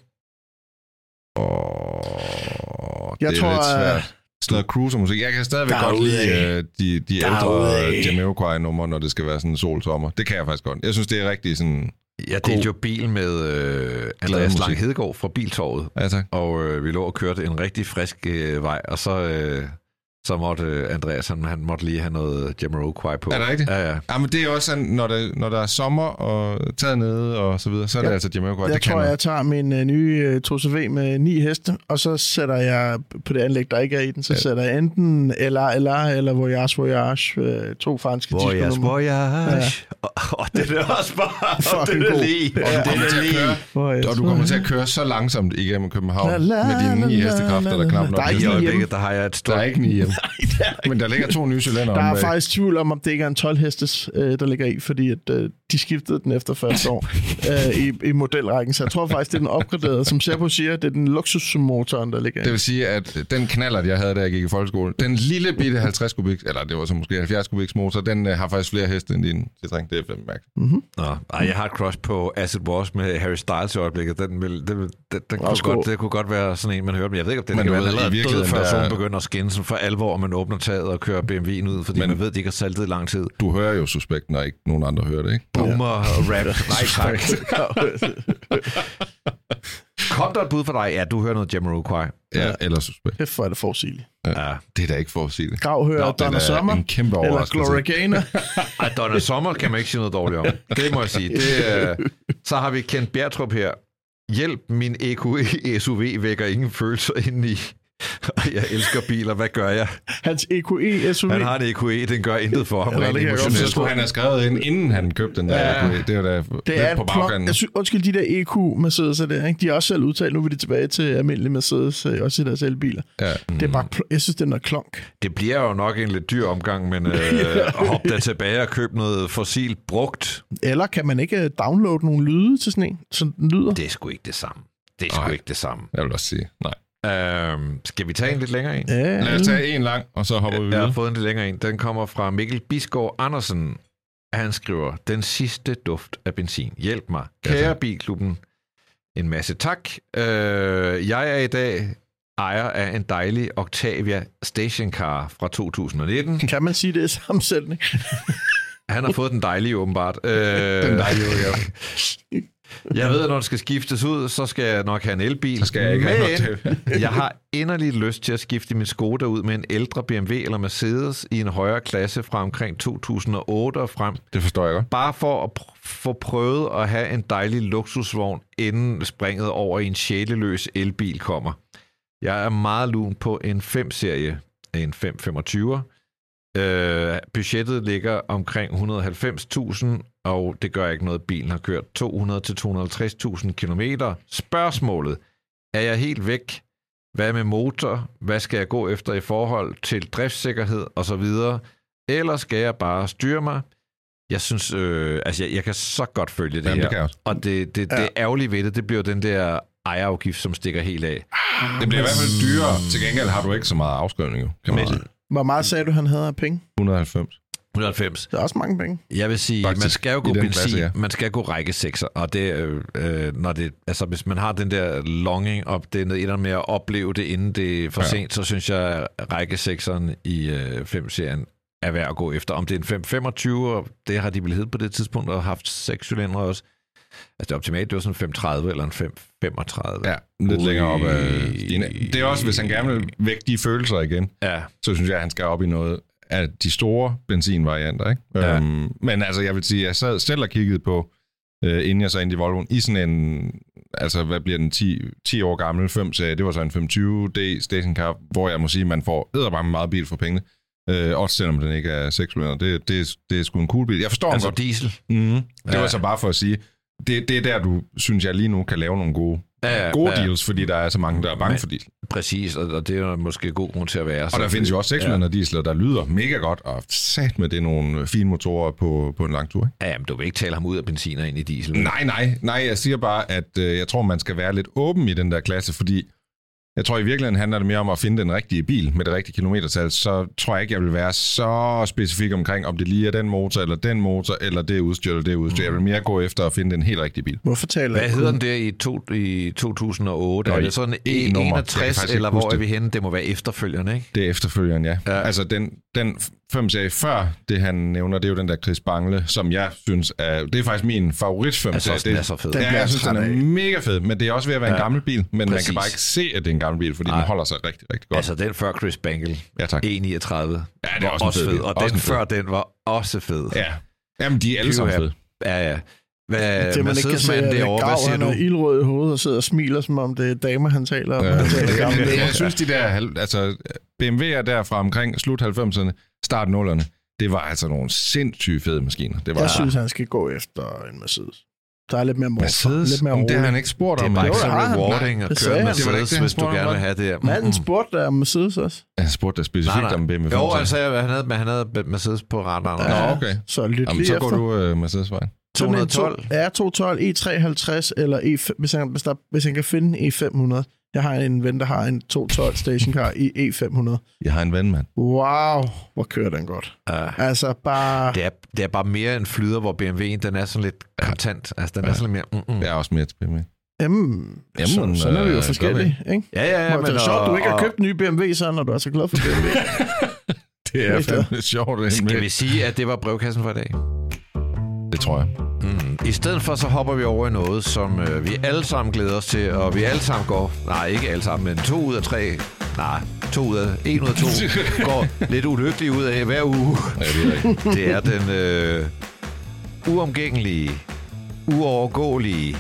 Åh, Jeg det er tror, lidt svært. øh, Sådan noget cruiser-musik. Jeg kan stadigvæk godt Derudad. lide øh, de, de ældre Derudad. Jamiroquai-numre, når det skal være sådan en sol-sommer. Det kan jeg faktisk godt. Jeg synes, det er rigtig sådan... Jeg delte jo bil med øh, Andreas musik. Lang Hedegaard fra Biltorvet, Ja, tak. og øh, vi lå og kørte en rigtig frisk øh, vej, og så, øh, så måtte øh, Andreas, han, han måtte lige have noget Jamiroquai på. Er det rigtigt? Ja, ja. Ja, men det er også sådan, når der, når der er sommer og taget nede og så videre, så er det Ja. altså Jamiroquai. Jeg Det kan tror, noget. jeg tager min uh, nye uh, to C V med ni heste, og så sætter jeg på det anlæg, der ikke er i den, så Ja. sætter jeg enten eller eller eller Voyage Voyage, uh, to franske Voyage, disco-numre. voyage. Og, og det er også bare, og Fucking det er god. lige, og Ja. det kommer er til at lige. køre, Voyage, og du kommer til at Voyage. køre så langsomt igennem København La, la, med dine ni la, hestekræfter, la, der knap nok. der er I ikke øjeblikket, hjemme. der har jeg et Der stort... er ikke ni hjem. Men der ligger to nye cylinder Der om er bag. faktisk tvivl om, om det ikke er en tolv hestes, øh, der ligger i, fordi at, øh, de skiftede den efter første år øh, i, i modelrækken. Så jeg tror faktisk, det er den opgraderede. Som Serbo siger, det er den luksusmotoren, der ligger i. Det vil sige, at den knallert, jeg havde, da jeg gik i folkeskole, den lille bitte halvtreds kubik, eller det var så måske halvfjerds kubiks motor, den uh, har faktisk flere heste end din Citroën. Det er fandme mærkeligt. Mm-hmm. Nå, ej, jeg har et crush på Acid Wars med Harry Styles i øjeblikket. Den, vil, den, vil- den, den kunne Også godt, god. det kunne godt være sådan en, man hørte. Men jeg ved ikke, om den Men kan du være ved, i allerede død, virkeligheden, før der- solen begynder at skinne sådan for alvor, og man åbner taget og kører B M W'en ud, fordi Men- man ved, at de ikke har saltet i lang tid. Du hører jo Suspekt, når ikke nogen andre hører det, ikke? Boomer og rap. Nej, tak. Kom der et bud for dig? Ja, du hører noget Jamiroquai. Ja, eller Suspekt. Kæft, hvor er det forudsigeligt. Ja. Det er da ikke for at sige det. Grav hører Nå, Donna Den er Summer, en kæmpe eller overraskelse. Gloria Gaynor. Ej, Donna Sommer kan man ikke sige noget dårligt om. Det må jeg sige. Det, øh, så har vi Kent Bjertrup her. Hjælp, min E Q E S U V vækker ingen følelser indeni. Og jeg elsker biler. Hvad gør jeg? Hans E Q E S U V. Han har en E Q E, den gør intet for ham. Ja, det rent kan jeg godt emotionelt. Så skulle han have skrevet ind, inden han købte den der. Ja. Ja. Det er da Det lidt er på et plunk. bagkanten. Jeg synes, undskyld, de der E Q Mercedes der, ikke? De er også selv udtalt. Nu vil de tilbage til almindelige Mercedes, øh, også i deres elbiler. Ja. Det er bare, pl- jeg synes, det er noget klonk. Det bliver jo nok en lidt dyr omgang, men øh, at hoppe der tilbage og købe noget fossilt brugt, Eller kan man ikke øh, downloade nogle lyde til sådan en, så den lyder? det er sgu ikke det samme. Det er sgu Nej. ikke det samme. Jeg vil også sige, nej. Øhm, skal vi tage en lidt længere en? Ja, Lad os tage en lang, og så hopper vi Jeg har videre. fået en lidt længere en. Den kommer fra Mikkel Bisgaard Andersen. Han skriver, den sidste duft af benzin. Hjælp mig. Ja, Kære tak. Bilklubben, en masse tak. Øh, jeg er i dag ejer af en dejlig Octavia stationcar fra to tusind nitten. Kan man sige det i sammensætning? Han har fået den dejlige, åbenbart. Øh, Den dejlige udgave. jeg ved, at når den skal skiftes ud, så skal jeg nok have en elbil. Så skal jeg ikke have Men jeg har inderligt lyst til at skifte min Skoda ud med en ældre B M W eller Mercedes i en højere klasse fra omkring to tusind otte og frem. Det forstår jeg godt. Bare for at pr- få prøvet at have en dejlig luksusvogn, inden springet over i en sjæleløs elbil kommer. Jeg er meget lun på en fem-serie, en fem femogtyve. Øh, budgettet ligger omkring et hundrede og halvfems tusind, og det gør ikke noget. Bilen har kørt to hundrede til to hundrede og halvtreds tusind kilometer. Spørgsmålet, er jeg helt væk? Hvad med motor? Hvad skal jeg gå efter i forhold til driftssikkerhed og så videre? Eller skal jeg bare styre mig? Jeg synes, øh, altså jeg, jeg kan så godt følge det Jamen, her. det og det, det, Ja. det ærgerlige ved det, det bliver den der ejerafgift, som stikker helt af. Det bliver i hvert fald dyrere. Til gengæld har du ikke så meget afskrivning, jo, kan man sige. Hvor meget sagde du, han havde af penge? et hundrede og halvfems. et hundrede og halvfems. Det er også mange penge. Jeg vil sige, Faktisk, man skal jo i gå den benzin, klasse, ja. man skal gå række sekser, og det, øh, øh, når det, altså hvis man har den der longing op, det er noget med at opleve det, inden det er for Ja. sent, så synes jeg, at række sekseren i øh, fem-serien er værd at gå efter. Om det er en fem femogtyve, og det har de vel hed på det tidspunkt, og haft seks cylindre også. Altså det optimalt, det var sådan en fem tredive eller en fem femogtredive. Ja, lidt Ui. længere op af stigen. Det er også, hvis han gerne vil væk de følelser igen, Ja, så synes jeg, at han skal op i noget af de store benzinvarianter. Ikke? Ja. Øhm, men altså, jeg vil sige, jeg sad selv og kiggede på, øh, inden jeg så ind i Volvoen, i sådan en, altså hvad bliver den, ti, ti år gammel fem-serie, det var så en fem tyve D stationcar, hvor jeg må sige, at man får edderbarme meget bil for pengene. Øh, også selvom den ikke er seks cylinder. Det, det, det er sgu en cool bil. Jeg forstår altså godt. diesel. Mm-hmm. Det Ja. var så bare for at sige, det, det er der, du synes, jeg lige nu kan lave nogle gode, Ja, ja, gode ja. deals, fordi der er så mange, der er bange Men- for diesel. Præcis, og, og det er jo måske god grund til at være. Og der findes jo også seks cylinder diesel, der lyder mega godt, og sat med det er nogle fine motorer på, på en lang tur. Ikke? Ja, men du vil ikke tale ham ud af benzin og ind i diesel. Nej, nej, nej, jeg siger bare, at øh, jeg tror, man skal være lidt åben i den der klasse, fordi jeg tror i virkeligheden handler det mere om at finde den rigtige bil med det rigtige kilometertal, så tror jeg ikke, jeg vil være så specifik omkring, om det lige er den motor, eller den motor, eller det udstyr, eller det udstyr. Jeg vil mere gå efter at finde den helt rigtige bil. Hvorfor taler Hvad jeg hedder kun- den der i, to, i to tusind og otte? Nå, Er i det sådan E-nummer. Jeg kan enogtres, faktisk eller ikke hvor huske er det. vi henne? Det må være efterfølgende, ikke? Det er efterfølgeren, ja. Ja. ja. Altså, den, den fem-serie før det, han nævner, det er jo den der Chris Bangle, som jeg synes er... Det er faktisk min favorit fem-serie. Altså, også, det, den er så fed. Den Ja, bliver jeg synes, den træt er af. mega fed, men det er også ved at være en Ja, gammel bil, men man præcis. kan bare ikke se, at det er en gammel bil, fordi Nej. den holder sig rigtig, rigtig godt. Altså, den før Chris Bangle, Ja, tak. E niogtredive, Ja, det er var også en også fed fed. bil. Og Også den en fed. før, den var også fed. Ja. Jamen, de er alle sammen Pyro, fede. Ja, ja. Hvad, Det man ikke kan se, Mercedes-manden at derovre, hvad Gav, siger han du? er ildrød i hovedet og sidder og smiler, som om det er damer, han taler om. Ja, Han taler gamle jeg, damer. jeg synes, de der halv- altså, B M W'er der fra omkring slut halvfemserne, start nullerne, det var altså nogle sindssygt fede maskiner. Det var Jeg synes, han skal gå efter en Mercedes. Der er lidt mere mor. Mercedes, Lidt mere Jamen, det har roligt. han ikke spurgt Det er om. bare men- ikke så Jo, det har han. rewarding at Det køre sagde med han. Det var da ikke Mercedes, det, han hvis du spurgte gerne om, vil have det her. Manden Mm. spurgte der om Mercedes også. Han spurgte da specifikt Nej, nej. om B M W. Jo, altså, han havde, men han havde Mercedes på radaren. Nå, okay. Så lyt Jamen, lige så efter. går du uh, Mercedes-vejen. to hundrede og tolv. Ja, to tolv, E treoghalvtreds eller E fem, hvis han, hvis, der, hvis han kan finde en E fem hundrede. Jeg har en ven, der har en to tolv stationcar i E fem hundrede. Jeg har en ven, mand. Wow, hvor kører den godt. Ja. Altså bare... Det er, det er bare mere en flyder, hvor B M W'en, den er sådan lidt kontant. Altså, den er Ja. sådan lidt mere... Mm-mm. Jeg er også mere til B M W. Jamen, Jamen, så, sådan er vi jo øh, forskellige, ikke? Ja, ja, ja. Ja, det er sjovt, du ikke har og- købt en ny B M W, så når du er så glad for B M W. Det er Helt fandme sjovt. Skal vi sige, at det var brevkassen for i dag? Det tror jeg. Mm. I stedet for, så hopper vi over i noget, som øh, vi alle sammen glæder os til, og vi alle sammen går... Nej, ikke alle sammen, men to ud af tre... Nej, to ud af... En ud af to går lidt ulykkelige ud af hver uge. Ja, det er rigtigt. Det er den øh, uomgængelige, uovergåelige,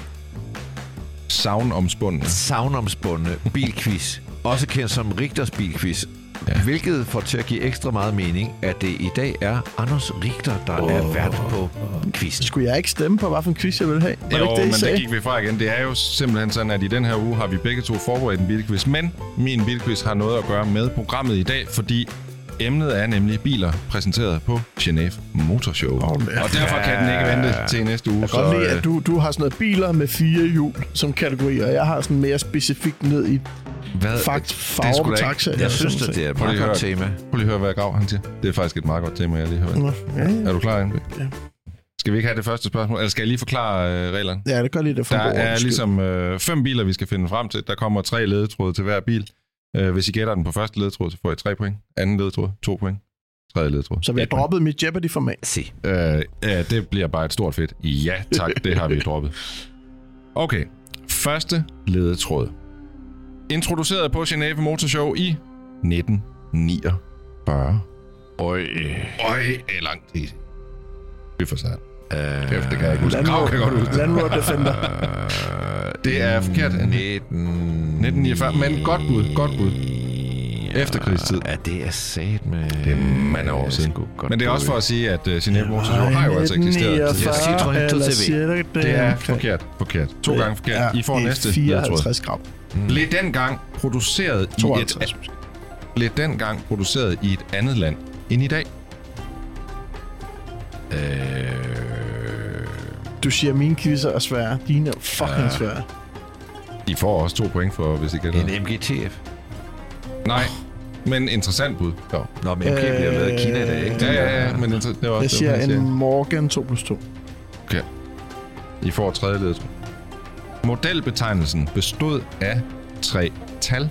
Savnomspundne. savnomspundne bilquiz. Også kendt som Richters bilquiz. Ja. Hvilket får til at give ekstra meget mening, at det i dag er Anders Richter, der oh. er vært på quizzen. Skulle jeg ikke stemme på, hvad for en quiz jeg vil have? Var det Jo, ikke det, I men sagde? det gik vi fra igen. Det er jo simpelthen sådan, at i den her uge har vi begge to forberedt en bilquiz. Men min bilquiz har noget at gøre med programmet i dag, fordi emnet er nemlig biler præsenteret på Genève Motor Show. Åh, men- Og derfor kan den ikke vente til næste uge. Jeg kan godt lide, øh, at du, du har sådan noget biler med fire hjul som kategori, og jeg har sådan mere specifikt ned i hvad? fakt, Det er farve sgu på da ikke- taxa. Jeg synes, at det er et Prøv meget lige godt at høre. tema. Prøv lige at høre, hvad Grav han siger. Det er faktisk et meget godt tema, jeg lige har hørt. Nå, ja, ja. Er du klar, Anby? Ja. Skal vi ikke have det første spørgsmål? Eller skal jeg lige forklare øh, reglerne? Ja, det gør lige det for Der en god er ordens skyld. ligesom øh, fem biler, vi skal finde frem til. Der kommer tre ledetråde til hver bil. Øh, hvis I gætter den på første ledetråd, så får I tre point. Anden ledetråd, to point. Tredje ledetråd. Så vi har et point. droppet mit Jeopardy-format. Se. Øh, ja, det bliver bare et stort fedt. Ja, tak. Det har vi droppet. Okay. Første ledetråd. Introduceret på Genève Motor Show i nitten niogfyrre. Øj. Øj, det er lang tid. Vi får snart. Øh, Kæft, det kan jeg ikke huske. Grav kan godt huske. Landroad Defender. Det er forkert. nitten... nitten niogfyrre, men godt bud, godt bud. Efterkrigstid. Ja, det er sat med... Det er mange år siden. Men det er også for at sige, at uh, Genève Motorsport har jo altså eksisteret. Det er forkert. Forkert. To gange forkert. I får næste. fireoghalvtreds gram. Mm. Blev dengang produceret i et... Blev dengang produceret i et andet land end i dag? Øh... Du siger, at mine quizzer er svære. Dine er fucking uh, svære. I får også to point for, hvis I gætter. En M G T F? Nej, men interessant bud. Jo. Nå, men M G bliver øh, lavet i Kina i dag, ikke? Ja, ja, ja. Men det var også, jeg siger en Morgan to plus to. Okay. I får tredje ledetråd. Modelbetegnelsen bestod af tre tal.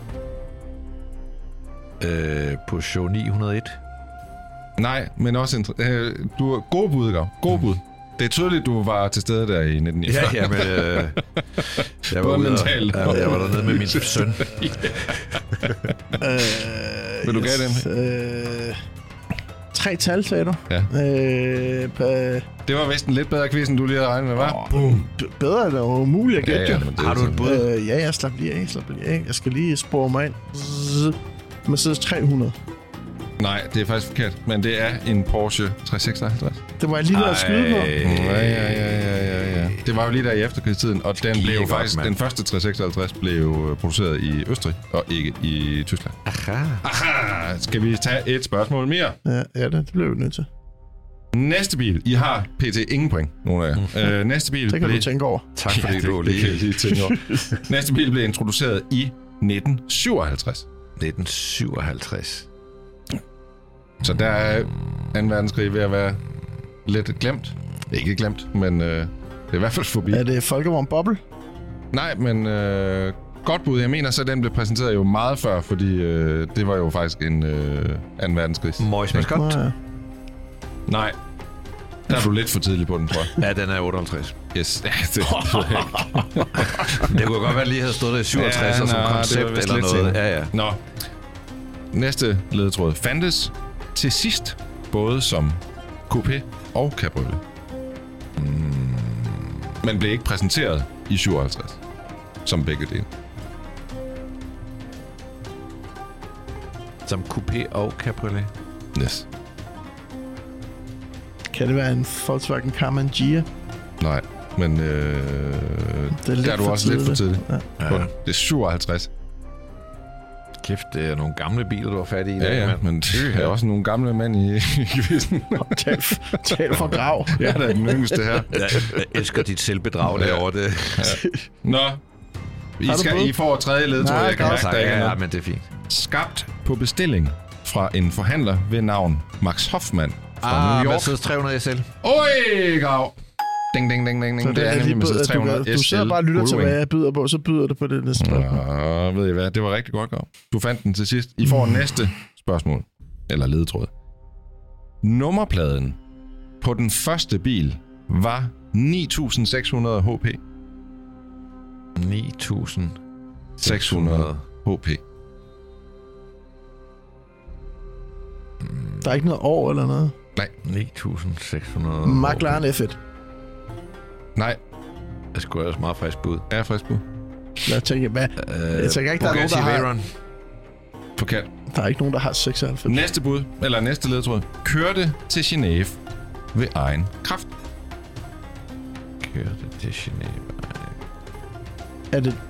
Øh, på show ni hundrede og et. Nej, men også... Inter- øh, du er god bud, Gav. God bud. Det er tydeligt, du var til stede der i nitten niogfyrre. Ja, ja, men... Øh, jeg var mentalt. Ja, jeg var dernede med min søn. øh, Vil du yes, gætte den? Øh, tre tal, sagde du? Ja. Øh, p- det var vist en lidt bedre quiz, end du lige havde regnet med, var? Oh, Boom. B- bedre er det jo muligt at gætte. Ja, ja, har du et bud? Øh, ja, jeg slap lige af. Slap lige af. Jeg skal lige spore mig ind. Mercedes tre hundrede. Nej, det er faktisk forkert. Men det er en Porsche tre seksoghalvtreds. Det var jeg lige ved at skyde på. Ja, ja, ja, ja, ja. Det var jo lige der i efterkrigstiden, og den blev godt, faktisk, man. den første tre seksoghalvtreds blev produceret i Østrig, og ikke i Tyskland. Aha. Aha! Skal vi tage et spørgsmål mere? Ja, ja det, det blev vi nødt til. Næste bil. I har pt. Ingen point, nogle af jer. øh, næste bil Det kan blev... du tænke over. Tak fordi ja, du det, lige... det lige tænke over. Næste bil blev introduceret i nitten syvoghalvtreds. nitten syvoghalvtreds. Så der er anden verdenskrig ved at være lidt glemt. Ikke glemt, men øh, det er i hvert fald forbi. Er det Folkevogn Boble? Nej, men øh, godt bud. Jeg mener så, den blev præsenteret jo meget før, fordi øh, det var jo faktisk en øh, anden verdenskrig. Mois Mascot? Ja. Nej. Der er du lidt for tidlig på den, tror jeg. Ja, den er otteoghalvtreds. Yes. Ja, det, det kunne godt være, lige havde stået der i syvogtres ja, og som koncept eller noget. Senere. Ja, ja. Nå. Næste ledetråd. Fandtes til sidst både som coupé og cabriolet. Mm. Men blev ikke præsenteret i syvoghalvtreds som begge dele. Som coupé og cabriolet? Yes. Kan det være en Volkswagen Karmann Ghia? Nej, men øh, det er der er du også lidt for tidlig. Ja. Ja. Det er syvoghalvtreds. Kæft, det er nogle gamle biler, du har fat i. Ja, ja, men det er også nogle gamle mænd i, i quizzen. Tal, tal for grav. Ja, det er den yngste her. Jeg, jeg elsker dit selvbedrag ja. derovre. Det. Ja. Nå, I, skal, I får tredje ledetråd. Nej, jeg kan mærke, ja, ja, men det er fint. Skabt på bestilling fra en forhandler ved navn Max Hoffmann fra ah, New York. Mercedes tre hundrede S L. Oj, Grav! Ding, ding, ding, ding, ding. Så det, det er nemlig Mercedes tre hundrede S L. Du sidder bare og lytter til, hvad jeg byder på, så byder det på det næste spørgsmål. Nå, ved I hvad? Det var rigtig godt, Grav. Du fandt den til sidst. I får mm. næste spørgsmål. Eller ledetråd. Nummerpladen på den første bil var ni tusind seks hundrede H P. ni tusind seks hundrede H P. Der er ikke noget år eller noget? Nej. ni tusind seks hundrede McLaren F et. Nej. Jeg skulle også meget frisk bud. Er frisk bud. Jeg tænker, hvad? Øh, jeg tænker ikke, der er nogen, der har... Veyron. Forkert. Der er ikke nogen, der har seksoghalvfems. Næste bud, eller næste ledetråd. Kørte til Genève ved egen kraft. Kørte til Genève. Er det...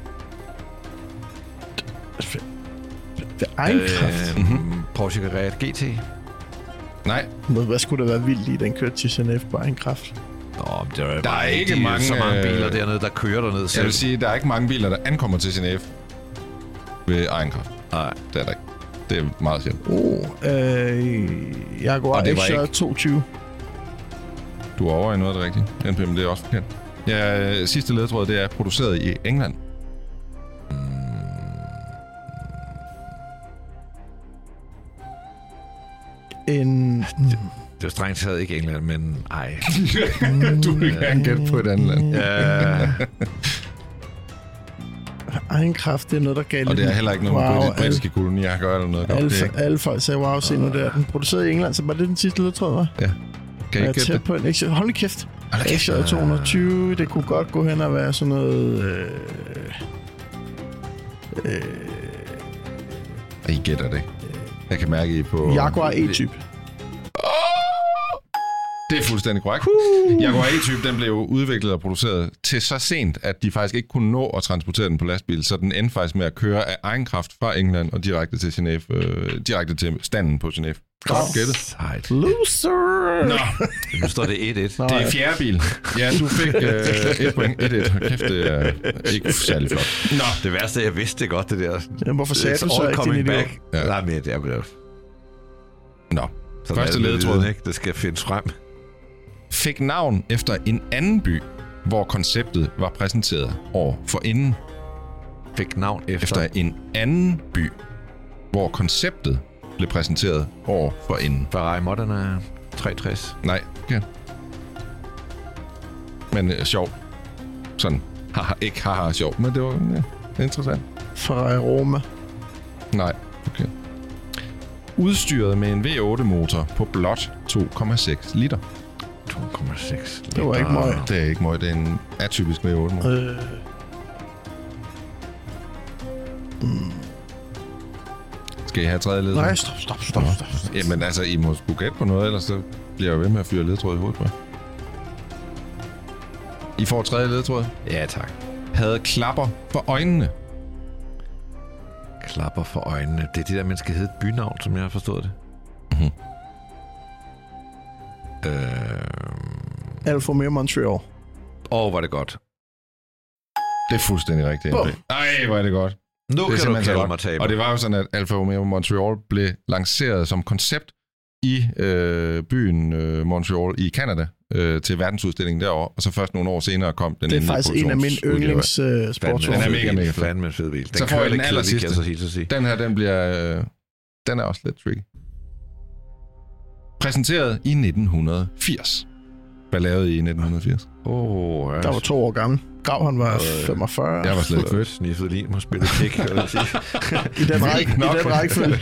Ved egen kraft? Øh, mm-hmm. Porsche Carrera G T. Nej. Hvad skulle der være vildt i, den kørte til Genève på egen kraft? Nå, der er, der er ikke de, mange, så mange biler dernede, der kører dernede selv. Jeg vil sige, der er ikke mange biler, der ankommer til Genève ved egen kraft. Nej. Det er der ikke. Det er meget sjældent. Oh, øh, Jaguar X J toogtyve. Du er over i noget af det rigtige. N P M, det er også forkert. Ja, sidste ledetråd, det er produceret i England. En... Det var strengt taget ikke England, men ej. Du vil gerne gætte på et andet land. Ja. Egen kraft, det er noget, der gav lidt... Og det er heller ikke noget wow, med britiske kolonier at gøre eller noget. Alle, det alle folk sagde, wow, se nu der. Den produceret i England, så var det den sidste ledetråd, var? Ja. Kan I ikke gætte det? På en X J. Hold nu kæft. X J to hundrede og tyve, det kunne godt gå hen og være sådan noget... Øh, øh, I gætter det. Jeg kan mærke I på... Jaguar E-type. Det er fuldstændig korrekt. Jaguar E-type, den blev udviklet og produceret til så sent, at de faktisk ikke kunne nå at transportere den på lastbil, så den endte faktisk med at køre af egen kraft fra England og direkte til Genève, øh, direkte til standen på Genève. Godt gættet. Sejt. Loser! Nå, nu står det et et. Nå, Det er ja. fjerde bil. Ja, du fik øh, et point. et et. Kæft, det er ikke særlig flot. Nå. Det værste, jeg vidste det godt, det der. Jamen, hvorfor sagde It's du så all ikke, din coming idiot? back. Ja. Nej, men det er blevet... Nå. Så Første er det med ledetråd. viden, ikke? Det skal findes frem. Fik navn efter en anden by, hvor konceptet var præsenteret år forinden. Fik navn efter... Efter en anden by, hvor konceptet blev præsenteret år forinden. Ferrari Modern er treogtres. Nej, okay. Men øh, sjov. Sådan. Haha, ikke haha sjov, men det var ja, interessant. Ferrari Roma. Nej, okay. Udstyret med en V otte motor på blot to komma seks liter. to komma seks. Det var ikke meget. Det er ikke meget, det er en atypisk V otte motor. Øh. Mm. Skal I have tredje led? Nej, stop, stop, stop, stop. stop. Jamen altså, I må sgu gætte på noget, ellers så bliver jeg jo ved med at fyre ledtråd i hovedet på jer. I får tredje ledtråd. Ja, tak. Havde klapper for øjnene. Klapper for øjnene. Det er det der, man skal hedde et bynavn, som jeg har forstået det. Mhm. Øh... Alfa Romeo Montreal. Åh, oh, var det godt. Det er fuldstændig rigtigt. Bum. Ej, hvor er det godt. Nu Det er kan du simpelthen så kalde godt. mig taber. Og det var jo sådan, at Alfa Romeo Montreal blev lanceret som koncept i øh, byen øh, Montreal i Canada øh, til verdensudstillingen derovre, og så først nogle år senere kom den Det er endelige faktisk en af mine produktionsudgave. yndlings uh, Fandme sportsvogne. Den er en mega, fed mega bil. fed. Fandme en fed bil. Den Så får kører jeg den lidt kedeligt, kan jeg allersidste. så helt så sige. Den her, den bliver... Øh, den er også lidt tricky. Præsenteret i nitten firs. Hvad lavede I i nitten firs? Åh, oh, ja. Der var to år gammel. Grav, han var femogfyrre. Jeg var slet ikke født. Sniffet lige må spille kick, kan jeg sige. I den, række, i den rækkefølge.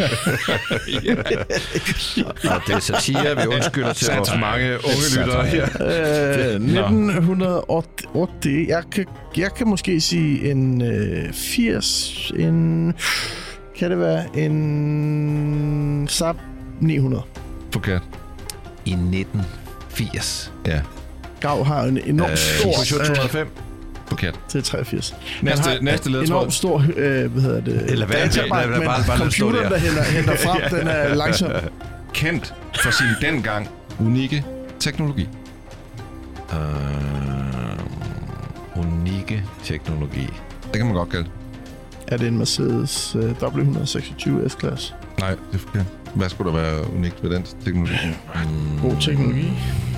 Og det er satire, vi undskylder til vores mange unge lyttere her. Øh, nitten otte. Jeg kan, jeg kan måske sige en øh, firs. En... Kan det være en Saab ni hundrede? Forkert. I nitten firs. Ja, Grav har en enormt Øh, stor... Peugeot to hundrede og fem. forkert. til treogfirs. Næste, Han har næste en ledtråd. enormt stor, øh, hvad hedder det, Eller hvad- databank, lad- lad- men bare- bare lad det stå computeren, der. der henter, henter frem, den er langsom. Kendt for sin dengang unikke teknologi. Uh, unikke teknologi. Det kan man godt kalde. Er det en Mercedes øh, W et hundrede og seksogtyve S-klasse? Nej, det er forkert. Hvad skulle der være unikt ved den teknologi? Mm. God teknologi.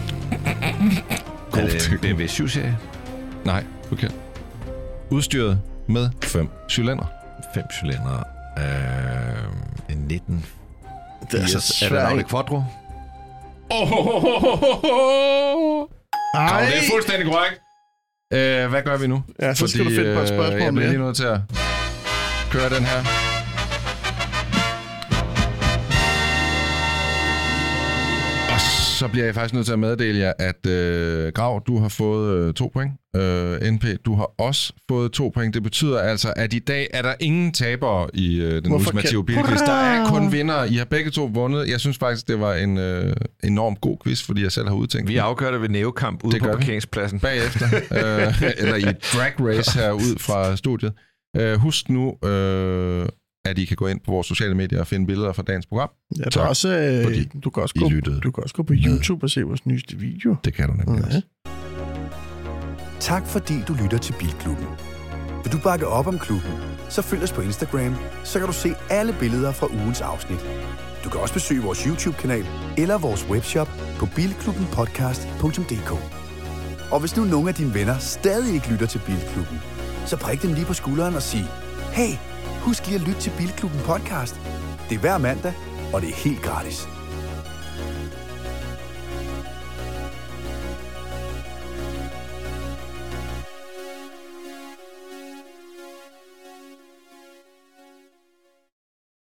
Er det en B M W syv-serie? Nej, forkert. Udstyret med fem cylinder. Fem cylindre. Uh, en nitten Det er så Er det svært. Audi Quattro? Oh, oh, oh, oh, oh. Ej! Det er fuldstændig korrekt. Uh, hvad gør vi nu? Ja, så skal du finde på et spørgsmål øh, jeg bliver mere. lige nødt til at køre den her. Og så bliver jeg faktisk nødt til at meddele jer, at øh, Grav, du har fået øh, to point. Øh, N P, du har også fået to point. Det betyder altså, at i dag er der ingen tabere i øh, den Hvorfor ultimative kan- bilquiz. Der er Hurra! kun vindere. I har begge to vundet. Jeg synes faktisk, det var en øh, enormt god quiz, fordi jeg selv har udtænkt Vi den. afgør det ved nævekamp ude Det på gør vi. parkeringspladsen. Bagefter. øh, eller i et drag race herud fra studiet. Øh, husk nu, øh, at I kan gå ind på vores sociale medier og finde billeder fra dagens program. Ja, der er Tak, også, øh, fordi du, kan også I gå, lyttede. du kan også gå på YouTube og se vores nyeste video. Det kan du nemlig Ja. også. Tak fordi du lytter til Bilklubben. Vil du bakke op om klubben, så følg os på Instagram, så kan du se alle billeder fra ugens afsnit. Du kan også besøge vores YouTube-kanal eller vores webshop på bilklubben podcast punktum d k. Og hvis nu nogle af dine venner stadig ikke lytter til Bilklubben, så prik dem lige på skulderen og sig: Hey, husk lige at lytte til Bilklubben podcast. Det er hver mandag, og det er helt gratis.